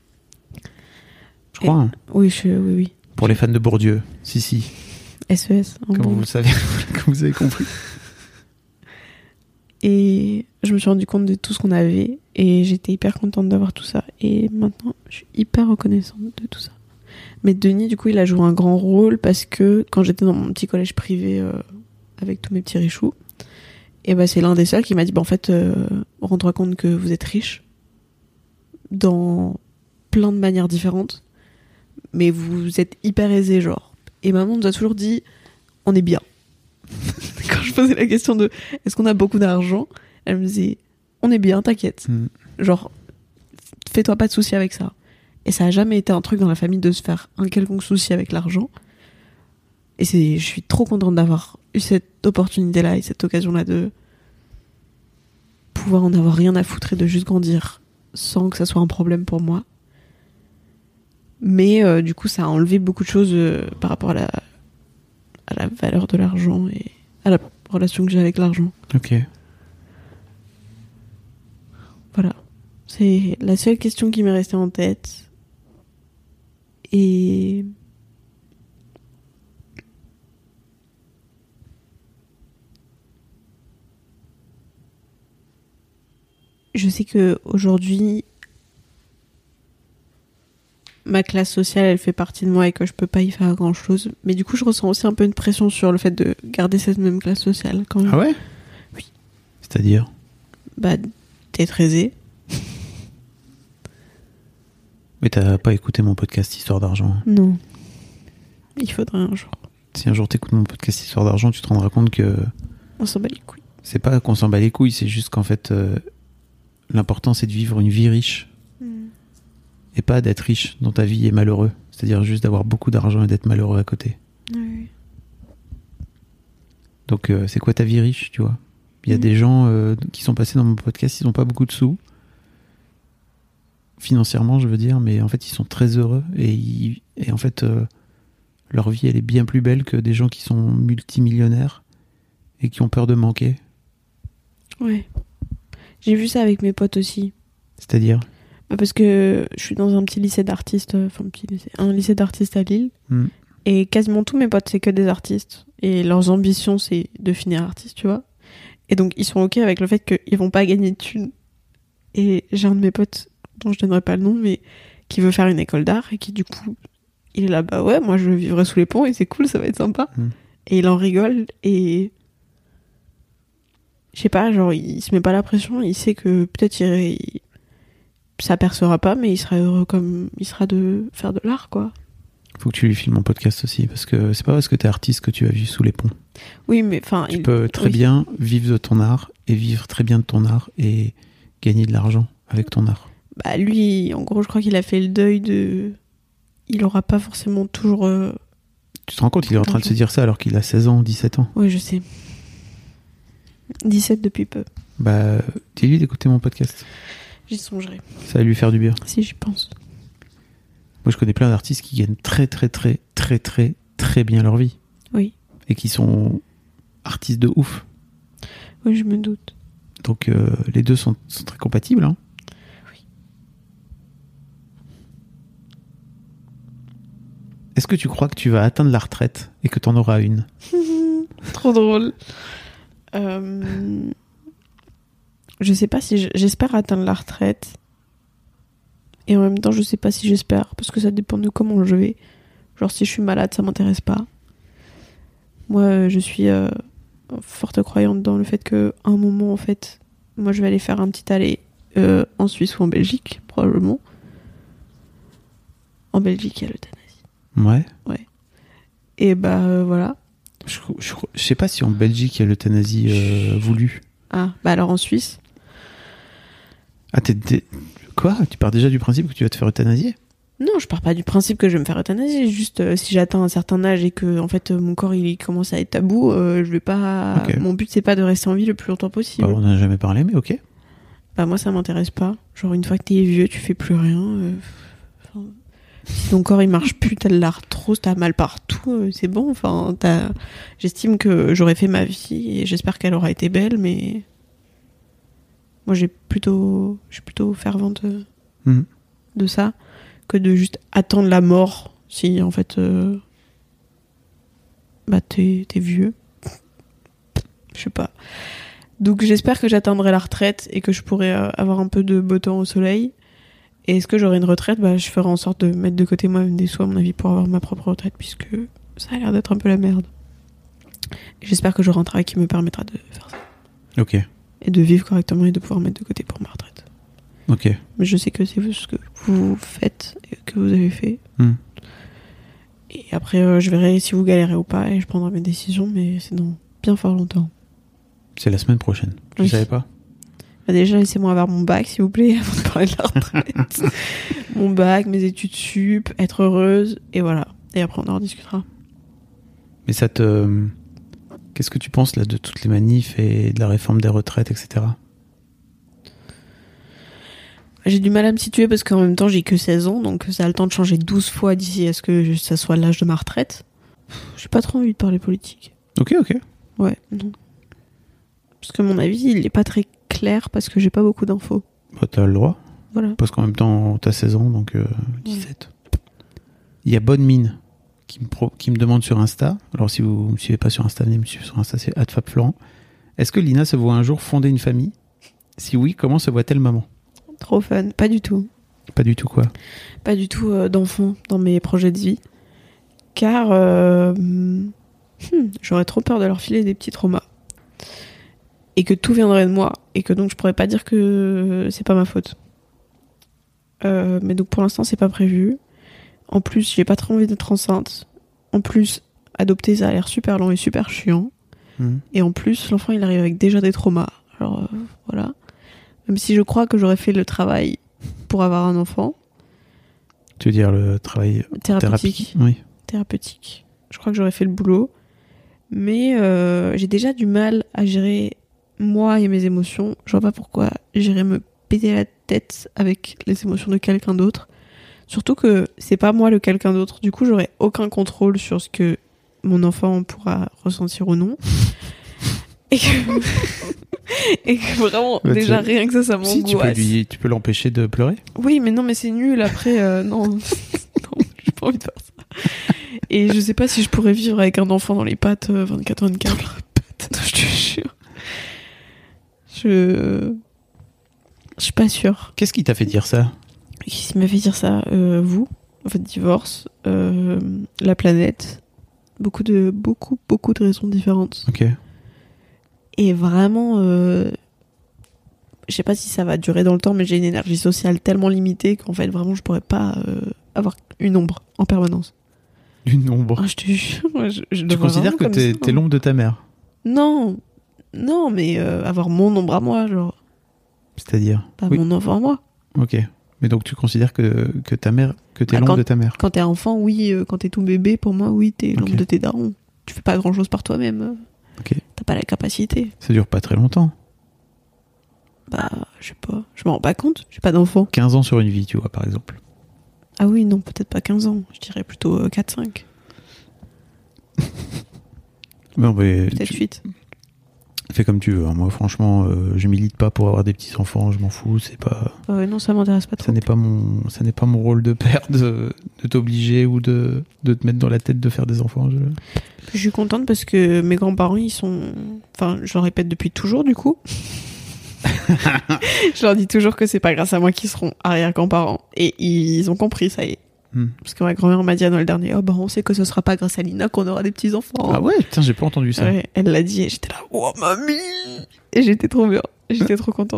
Je crois. Hein. Oui, je, oui, oui. Pour les fans de Bourdieu, si, si. S E S. Comme bon. Vous le savez, comme vous avez compris. Et je me suis rendu compte de tout ce qu'on avait et j'étais hyper contente d'avoir tout ça. Et maintenant, je suis hyper reconnaissante de tout ça. Mais Denis, du coup, il a joué un grand rôle parce que quand j'étais dans mon petit collège privé euh, avec tous mes petits richoux, et ben c'est l'un des seuls qui m'a dit, bah, en fait, euh, rends-toi compte que vous êtes riche dans plein de manières différentes, mais vous êtes hyper aisé, genre. Et maman nous a toujours dit, on est bien. Quand je posais la question de est-ce qu'on a beaucoup d'argent, elle me disait, on est bien, t'inquiète. Mm. Genre, fais-toi pas de soucis avec ça. Et ça a jamais été un truc dans la famille de se faire un quelconque souci avec l'argent. Et c'est, je suis trop contente d'avoir eu cette opportunité-là et cette occasion-là de pouvoir en avoir rien à foutre et de juste grandir sans que ça soit un problème pour moi. Mais euh, du coup, ça a enlevé beaucoup de choses euh, par rapport à la, à la valeur de l'argent et à la relation que j'ai avec l'argent. Ok. Voilà. C'est la seule question qui m'est restée en tête. Et... je sais qu'aujourd'hui, ma classe sociale, elle fait partie de moi et que je peux pas y faire grand chose. Mais du coup, je ressens aussi un peu une pression sur le fait de garder cette même classe sociale quand même. Ah ouais ? Oui. C'est-à-dire ? Bah, d'être aisé. Mais t'as pas écouté mon podcast Histoire d'argent ? Non. Il faudrait un jour. Si un jour t'écoutes mon podcast Histoire d'argent, tu te rendras compte que... on s'en bat les couilles. C'est pas qu'on s'en bat les couilles, c'est juste qu'en fait, euh, l'important c'est de vivre une vie riche. Mm. Et pas d'être riche dans ta vie et malheureux. C'est-à-dire juste d'avoir beaucoup d'argent et d'être malheureux à côté. Oui. Donc euh, c'est quoi ta vie riche, tu vois ? Il y a mmh. des gens euh, qui sont passés dans mon podcast, ils n'ont pas beaucoup de sous. Financièrement, je veux dire, mais en fait, ils sont très heureux. Et, ils, et en fait, euh, leur vie, elle est bien plus belle que des gens qui sont multimillionnaires et qui ont peur de manquer. Ouais. J'ai vu ça avec mes potes aussi. C'est-à-dire ? Parce que je suis dans un petit lycée d'artistes, enfin, petit lycée, un lycée d'artistes à Lille. Mmh. Et quasiment tous mes potes, c'est que des artistes. Et leurs ambitions, c'est de finir artiste, tu vois. Et donc, ils sont OK avec le fait qu'ils vont pas gagner de thunes. Et j'ai un de mes potes, dont je donnerai pas le nom, mais qui veut faire une école d'art et qui, du coup, il est là, bah ouais, moi, je vivrai sous les ponts et c'est cool, ça va être sympa. Mmh. Et il en rigole et... je sais pas, genre, il se met pas la pression, il sait que peut-être il... il... ça percera pas, mais il sera heureux comme il sera de faire de l'art, quoi. Faut que tu lui filmes mon podcast aussi, parce que c'est pas parce que t'es artiste que tu vas vivre sous les ponts. Oui, mais enfin... Tu il... peux très oui. bien vivre de ton art, et vivre très bien de ton art, et gagner de l'argent avec ton art. Bah lui, en gros, je crois qu'il a fait le deuil de... il aura pas forcément toujours... Euh... Tu te rends compte, il est en train de se dire ça alors qu'il a seize ans, dix-sept ans. Oui, je sais. dix-sept depuis peu. Bah, dis-lui d'écouter mon podcast. J'y songerai. Ça va lui faire du bien. Si, j'y pense. Moi, je connais plein d'artistes qui gagnent très, très, très, très, très, très bien leur vie. Oui. Et qui sont artistes de ouf. Oui, je me doute. Donc, euh, les deux sont, sont très compatibles. Hein. Oui. Est-ce que tu crois que tu vas atteindre la retraite et que tu en auras une ? Trop drôle. Euh... Je sais pas si... Je... J'espère atteindre la retraite. Et en même temps, je sais pas si j'espère. Parce que ça dépend de comment je vais. Genre, si je suis malade, ça m'intéresse pas. Moi, je suis euh, forte croyante dans le fait qu'à un moment, en fait, moi, je vais aller faire un petit aller euh, en Suisse ou en Belgique, probablement. En Belgique, il y a l'euthanasie. Ouais. Ouais. Et bah, euh, voilà. Je, je, je sais pas si en Belgique, il y a l'euthanasie euh, voulue. Ah, bah alors en Suisse. Ah, t'es... t'es... Quoi ? Tu pars déjà du principe que tu vas te faire euthanasier ? Non, je pars pas du principe que je vais me faire euthanasier. Juste, euh, si j'atteins un certain âge et que, en fait, euh, mon corps, il commence à être tabou, euh, je vais pas... Okay. Mon but, c'est pas de rester en vie le plus longtemps possible. Bah, on en a jamais parlé, mais ok. Bah, moi, ça m'intéresse pas. Genre, une fois que t'es vieux, tu fais plus rien. Euh... Enfin, si ton corps, il marche plus, t'as de l'arthrose, t'as mal partout, euh, c'est bon. Enfin, t'as... J'estime que j'aurais fait ma vie et j'espère qu'elle aura été belle, mais... Moi, j'ai plutôt, je suis plutôt fervente de, mmh. de ça que de juste attendre la mort si, en fait, euh, bah, t'es, t'es vieux. Je sais pas. Donc j'espère que j'atteindrai la retraite et que je pourrai euh, avoir un peu de beau temps au soleil. Et est-ce que j'aurai une retraite ? Bah, je ferai en sorte de mettre de côté moi-même des sous, à mon avis, pour avoir ma propre retraite, puisque ça a l'air d'être un peu la merde. Et j'espère que j'aurai un travail qui me permettra de faire ça. Ok. Et de vivre correctement et de pouvoir mettre de côté pour ma retraite. Ok. Mais je sais que c'est ce que vous faites et que vous avez fait. Hmm. Et après, euh, je verrai si vous galérez ou pas et je prendrai mes décisions, mais c'est dans bien fort longtemps. C'est la semaine prochaine. Tu Oui. savais pas ? Bah déjà, laissez-moi avoir mon bac, s'il vous plaît, avant de parler de la retraite. Mon bac, mes études sup, être heureuse, et voilà. Et après, on en rediscutera. Mais ça te... Qu'est-ce que tu penses là de toutes les manifs et de la réforme des retraites, et cetera. J'ai du mal à me situer parce qu'en même temps, j'ai que seize ans, donc ça a le temps de changer douze fois d'ici à ce que ça soit l'âge de ma retraite. J'ai pas trop envie de parler politique. Ok, ok. Ouais, non. Parce que mon avis, il est pas très clair parce que j'ai pas beaucoup d'infos. Bah, t'as le droit. Voilà. Parce qu'en même temps, t'as seize ans, donc euh, dix-sept. Il y a Bonne Mine qui me, pro- qui me demande sur Insta. Alors, si vous me suivez pas sur Insta, venez me suivre sur Insta, c'est arobase fabflorent. Est-ce que Lina se voit un jour fonder une famille ? Si oui, comment se voit-elle maman ? Trop fun. Pas du tout. Pas du tout, quoi. Pas du tout euh, d'enfant dans mes projets de vie. Car euh, hmm, j'aurais trop peur de leur filer des petits traumas. Et que tout viendrait de moi. Et que donc je pourrais pas dire que c'est pas ma faute. Euh, mais donc pour l'instant, c'est pas prévu. En plus, j'ai pas trop envie d'être enceinte. En plus, adopter, ça a l'air super long et super chiant. Mmh. Et en plus, l'enfant, il arrive avec déjà des traumas. Alors euh, voilà. Même si je crois que j'aurais fait le travail pour avoir un enfant. Tu veux dire le travail Thérapeutique. thérapie ? Oui. Thérapeutique. Je crois que j'aurais fait le boulot. Mais euh, j'ai déjà du mal à gérer moi et mes émotions. Je vois pas pourquoi j'irais me péter la tête avec les émotions de quelqu'un d'autre. Surtout que c'est pas moi le quelqu'un d'autre. Du coup, j'aurais aucun contrôle sur ce que mon enfant pourra ressentir ou non. Et que, et que vraiment, bah, déjà tu... rien que ça, ça m'angoisse. Si, tu peux, lui... tu peux l'empêcher de pleurer ? Oui, mais non, mais c'est nul. Après, euh, non, non, j'ai pas envie de faire ça. Et je sais pas si je pourrais vivre avec un enfant dans les pattes euh, vingt-quatre vingt-quatre. Je te jure. Je... Je suis pas sûre. Qu'est-ce qui t'a fait dire ça ? Qui m'a fait dire ça euh, Vous, votre divorce, euh, la planète, beaucoup de beaucoup beaucoup de raisons différentes. Ok. Et vraiment, euh, je sais pas si ça va durer dans le temps, mais j'ai une énergie sociale tellement limitée qu'en fait vraiment je pourrais pas euh, avoir une ombre en permanence. Une ombre. Ah, je te jure. Je, je tu considères que t'es, t'es l'ombre de ta mère ? Non, non, mais euh, avoir mon ombre à moi, genre. C'est-à-dire ? Pas oui. mon enfant à moi. Ok. Mais donc tu considères que, que ta mère, que t'es Bah, l'ombre quand, de ta mère ? Quand t'es enfant, oui. Euh, quand t'es tout bébé, pour moi, oui, t'es l'ombre okay. de tes darons. Tu fais pas grand-chose par toi-même. Ok. T'as pas la capacité. Ça dure pas très longtemps. Bah, je sais pas. Je m'en rends pas compte. J'ai pas d'enfant. quinze ans sur une vie, tu vois, par exemple. Ah oui, non, peut-être pas quinze ans. Je dirais plutôt euh, quatre cinq. Non, mais peut-être tu... huit. Fais comme tu veux. Hein. Moi, franchement, euh, je milite pas pour avoir des petits enfants. Je m'en fous. C'est pas. Ah ouais, non, ça m'intéresse pas trop. Ça n'est pas mon, ça n'est pas mon rôle de père de, de t'obliger ou de, de te mettre dans la tête de faire des enfants. Je, je suis contente parce que mes grands-parents, ils sont. Enfin, je le répète depuis toujours, du coup. Je leur dis toujours que c'est pas grâce à moi qu'ils seront arrière-grands-parents. Et ils ont compris, ça y est. Hmm. Parce que ma grand-mère m'a dit à Noël dernier, oh bah on sait que ce sera pas grâce à Lina qu'on aura des petits-enfants. Ah ouais, putain, j'ai pas entendu ça. Ouais, elle l'a dit et j'étais là, oh mamie. Et j'étais trop bien, j'étais trop contente.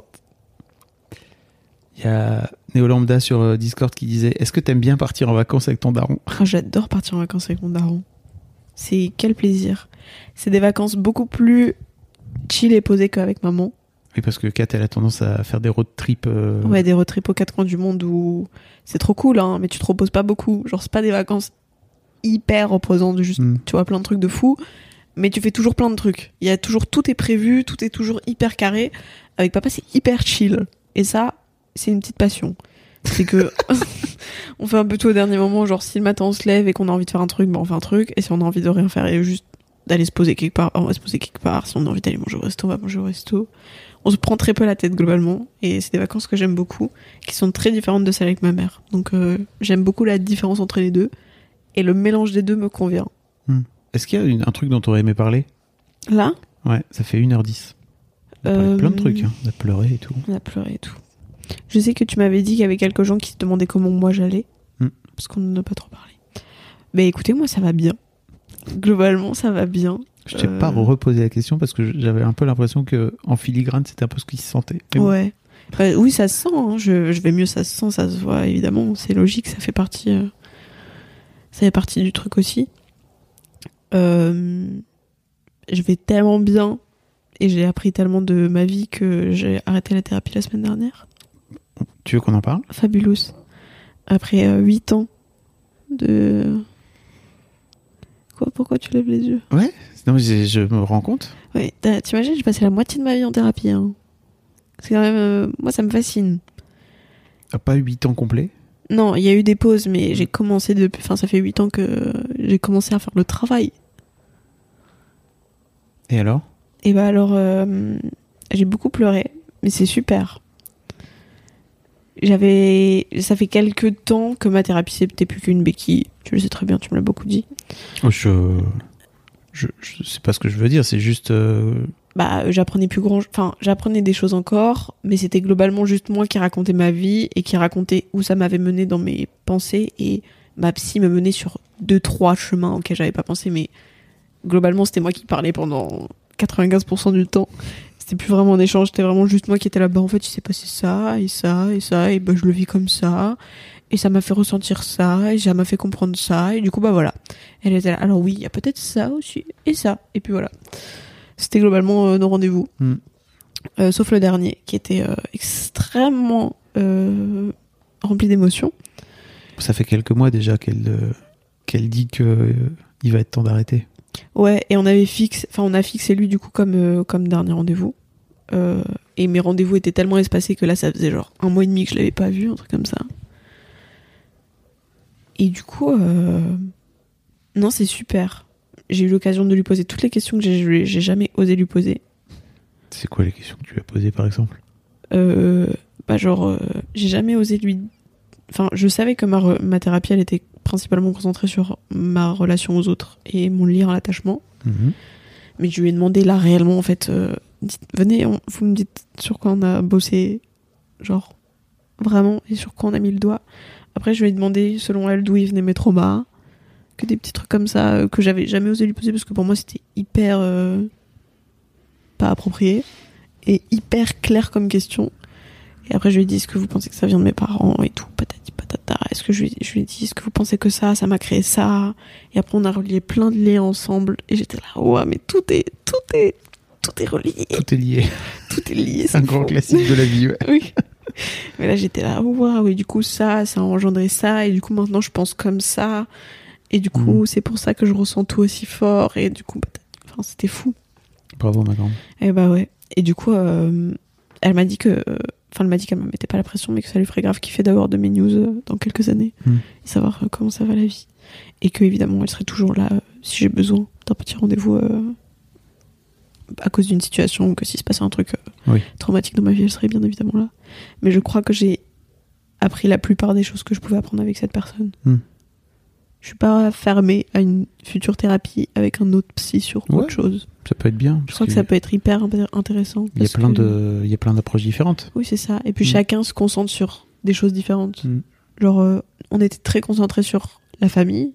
Il y a Néolambda sur Discord qui disait, est-ce que t'aimes bien partir en vacances avec ton daron ? Oh, j'adore partir en vacances avec mon daron. C'est quel plaisir. C'est des vacances beaucoup plus chill et posées qu'avec maman. Oui, parce que Kat, elle a tendance à faire des road trips. Euh... Ouais, des road trips aux quatre coins du monde où c'est trop cool, hein, mais tu te reposes pas beaucoup. Genre, c'est pas des vacances hyper reposantes, juste, mm. tu vois, plein de trucs de fou, mais tu fais toujours plein de trucs. Il y a toujours, tout est prévu, tout est toujours hyper carré. Avec papa, c'est hyper chill. Et ça, c'est une petite passion. C'est que, on fait un peu tout au dernier moment, genre, si le matin on se lève et qu'on a envie de faire un truc, ben on fait un truc, et si on a envie de rien faire et juste d'aller se poser quelque part, on va se poser quelque part. Si on a envie d'aller manger au resto, on va manger au resto. On se prend très peu la tête globalement et c'est des vacances que j'aime beaucoup qui sont très différentes de celles avec ma mère. Donc euh, j'aime beaucoup la différence entre les deux et le mélange des deux me convient. Hum. Est-ce qu'il y a une, un truc dont tu aurais aimé parler ? Là ? Ouais, ça fait une heure dix. On a parlé de Euh, plein de trucs, hein. On a pleuré et tout. On a pleuré et tout. Je sais que tu m'avais dit qu'il y avait quelques gens qui se demandaient comment moi j'allais. Mm. Parce qu'on n'en a pas trop parlé. Mais écoutez, moi ça va bien. Globalement, ça va bien. Je t'ai Euh, pas reposé la question parce que j'avais un peu l'impression que en filigrane, c'était un peu ce qui se sentait. Mais bon. Ouais. Bah, oui, ça se sent. Hein. Je, je vais mieux, ça se sent, ça se voit, évidemment. C'est logique, ça fait partie, euh, ça fait partie du truc aussi. Euh, je vais tellement bien et j'ai appris tellement de ma vie que j'ai arrêté la thérapie la semaine dernière. Tu veux qu'on en parle? Fabulous. Après euh, huit ans de... Quoi, pourquoi tu lèves les yeux? Ouais. Non, mais j'ai- je me rends compte. Oui, t'as- t'imagines, j'ai passé la moitié de ma vie en thérapie. Hein. C'est quand même... euh, moi, ça me fascine. Ah, pas huit ans complets. Non, il y a eu des pauses, mais j'ai commencé depuis... Enfin, ça fait huit ans que j'ai commencé à faire le travail. Et alors? Et bah alors, euh, j'ai beaucoup pleuré, mais c'est super. J'avais... Ça fait quelques temps que ma thérapie, c'était plus qu'une béquille. Tu le sais très bien, tu me l'as beaucoup dit. Oh, je... je... Je sais pas ce que je veux dire, c'est juste... euh, Bah, j'apprenais plus grand... Enfin, j'apprenais des choses encore, mais c'était globalement juste moi qui racontais ma vie et qui racontais où ça m'avait mené dans mes pensées. Et ma psy me menait sur deux, trois chemins auxquels j'avais pas pensé, mais globalement, c'était moi qui parlais pendant quatre-vingt-quinze pour cent du temps. C'était plus vraiment un échange, c'était vraiment juste moi qui étais là. Bah, en fait, il s'est passé ça, et ça, et ça, et bah, je le vis comme ça. Et ça m'a fait ressentir ça, et ça m'a fait comprendre ça, et du coup, bah voilà. Elle était là. Alors oui, il y a peut-être ça aussi, et ça. Et puis voilà. C'était globalement euh, nos rendez-vous. Mm. Euh, sauf le dernier, qui était euh, extrêmement euh, rempli d'émotions. Ça fait quelques mois déjà qu'elle euh, qu'elle dit que euh, il va être temps d'arrêter. Ouais, et on avait fixé, enfin on a fixé lui du coup comme euh, comme dernier rendez-vous. Euh, et mes rendez-vous étaient tellement espacés que là ça faisait genre un mois et demi que je l'avais pas vu, un truc comme ça. Et du coup, euh... non, c'est super. J'ai eu l'occasion de lui poser toutes les questions que j'ai, j'ai jamais osé lui poser. C'est quoi les questions que tu lui as posées par exemple? Euh, bah genre, euh, j'ai jamais osé lui... Enfin, je savais que ma, re... ma thérapie, elle était principalement concentrée sur ma relation aux autres et mon lien à l'attachement. Mm-hmm. Mais je lui ai demandé là réellement, en fait, euh, dites, venez, on, vous me dites sur quoi on a bossé, genre, vraiment, et sur quoi on a mis le doigt. Après, je lui ai demandé, selon elle, d'où il venait mes traumas, que des petits trucs comme ça, euh, que j'avais jamais osé lui poser, parce que pour moi, c'était hyper euh, pas approprié, et hyper clair comme question. Et après, je lui ai dit, est-ce que vous pensez que ça vient de mes parents, et tout, patati patata. Est-ce que je lui, je lui ai dit, est-ce que vous pensez que ça, ça m'a créé ça? Et après, on a relié plein de liens ensemble, et j'étais là, ouais, mais tout est, tout est, tout est relié. Tout est lié. Tout est lié. C'est un grand faux. classique de la vie. Ouais. Oui. Mais là, j'étais là, waouh, et du coup, ça, ça a engendré ça, et du coup, maintenant, je pense comme ça, et du coup, Mmh. c'est pour ça que je ressens tout aussi fort, et du coup, enfin, c'était fou. Bravo ma grande. Et bah ouais. Et du coup, euh, elle m'a dit que, enfin, elle m'a dit qu'elle me mettait pas la pression, mais que ça lui ferait grave kiffer d'avoir de mes news euh, dans quelques années, Mmh. et savoir euh, comment ça va la vie. Et que, évidemment, elle serait toujours là euh, si j'ai besoin d'un petit rendez-vous euh, à cause d'une situation, ou que s'il se passait un truc euh, Oui. traumatique dans ma vie, elle serait bien évidemment là. Mais je crois que j'ai appris la plupart des choses que je pouvais apprendre avec cette personne. Mm. Je suis pas fermée à une future thérapie avec un autre psy sur Ouais. autre chose. Ça peut être bien. Je crois que ça peut être hyper intér- intéressant. Il y a parce plein que- de, il y a plein d'approches différentes. Oui, c'est ça. Et puis Mm. chacun se concentre sur des choses différentes. Mm. Genre, euh, on était très concentrés sur la famille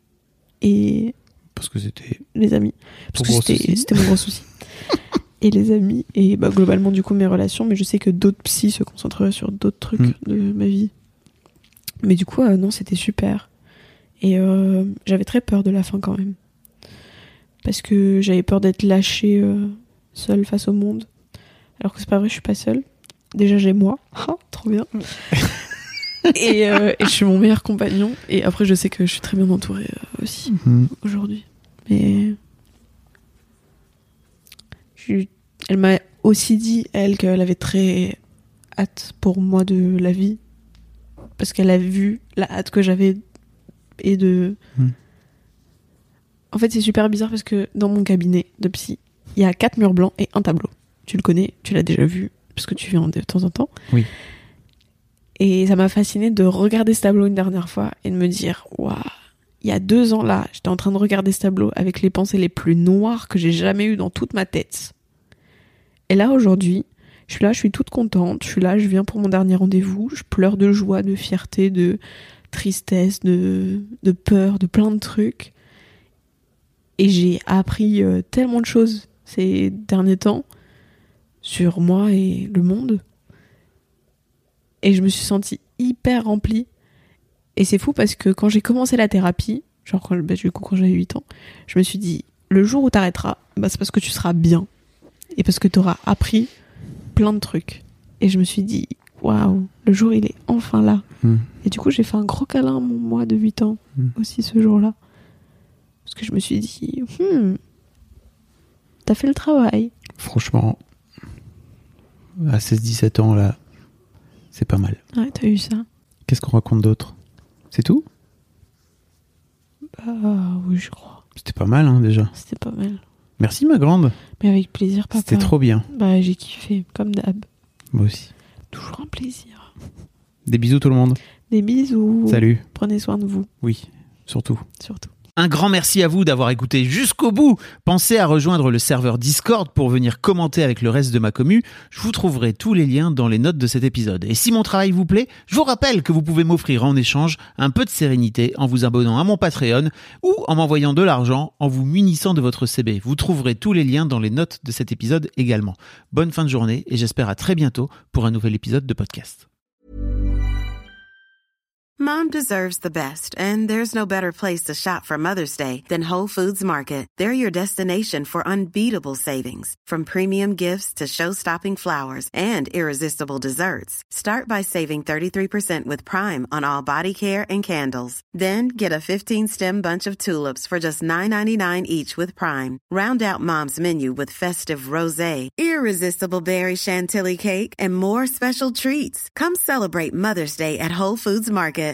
et Parce que c'était les amis. Parce Ton que gros c'était, souci. c'était mon gros souci. Et les amis, et bah, globalement, du coup, mes relations, mais je sais que d'autres psys se concentreraient sur d'autres trucs Mm. de ma vie. Mais du coup, euh, non, c'était super. Et euh, j'avais très peur de la fin quand même. Parce que j'avais peur d'être lâchée euh, seule face au monde. Alors que c'est pas vrai, je suis pas seule. Déjà, j'ai moi. Ah, trop bien. et, euh, et je suis mon meilleur compagnon. Et après, je sais que je suis très bien entourée euh, aussi Mhm. aujourd'hui. Mais je- elle m'a aussi dit, elle, qu'elle avait très hâte pour moi de la vie. Parce qu'elle a vu la hâte que j'avais et de... Mm. En fait, c'est super bizarre parce que dans mon cabinet de psy, il y a quatre murs blancs et un tableau. Tu le connais, tu l'as déjà vu, parce que tu viens de temps en temps. Oui. Et ça m'a fasciné de regarder ce tableau une dernière fois et de me dire, waouh, il y a deux ans là, j'étais en train de regarder ce tableau avec les pensées les plus noires que j'ai jamais eues dans toute ma tête. Et là, aujourd'hui, je suis là, je suis toute contente. Je suis là, je viens pour mon dernier rendez-vous. Je pleure de joie, de fierté, de tristesse, de, de peur, de plein de trucs. Et j'ai appris euh, tellement de choses ces derniers temps sur moi et le monde. Et je me suis sentie hyper remplie. Et c'est fou parce que quand j'ai commencé la thérapie, genre quand, bah, du coup, quand j'avais huit ans, je me suis dit, le jour où t'arrêteras, bah, c'est parce que tu seras bien. Et parce que t'auras appris plein de trucs. Et je me suis dit, waouh, le jour il est enfin là. Mmh. Et du coup, j'ai fait un gros câlin à mon moi de huit ans mmh. aussi ce jour-là. Parce que je me suis dit, hmm, t'as fait le travail. Franchement, à seize dix-sept ans, là, c'est pas mal. Ouais, t'as eu ça. Qu'est-ce qu'on raconte d'autre ? C'est tout ? Bah oui, je crois. C'était pas mal, hein, déjà. C'était pas mal. Merci, ma grande. Mais avec plaisir, papa. C'était trop bien. Bah, j'ai kiffé, comme d'hab. Moi aussi. Toujours un plaisir. Des bisous, tout le monde. Des bisous. Salut. Prenez soin de vous. Oui, surtout. Surtout. Un grand merci à vous d'avoir écouté jusqu'au bout. Pensez à rejoindre le serveur Discord pour venir commenter avec le reste de ma commu. Je vous trouverai tous les liens dans les notes de cet épisode. Et si mon travail vous plaît, je vous rappelle que vous pouvez m'offrir en échange un peu de sérénité en vous abonnant à mon Patreon ou en m'envoyant de l'argent en vous munissant de votre C B. Vous trouverez tous les liens dans les notes de cet épisode également. Bonne fin de journée et j'espère à très bientôt pour un nouvel épisode de podcast. Mom deserves the best, and there's no better place to shop for Mother's Day than Whole Foods Market. They're your destination for unbeatable savings, from premium gifts to show-stopping flowers and irresistible desserts. Start by saving thirty-three percent with Prime on all body care and candles. Then get a fifteen-stem bunch of tulips for just nine ninety-nine each with Prime. Round out Mom's menu with festive rosé, irresistible berry chantilly cake, and more special treats. Come celebrate Mother's Day at Whole Foods Market.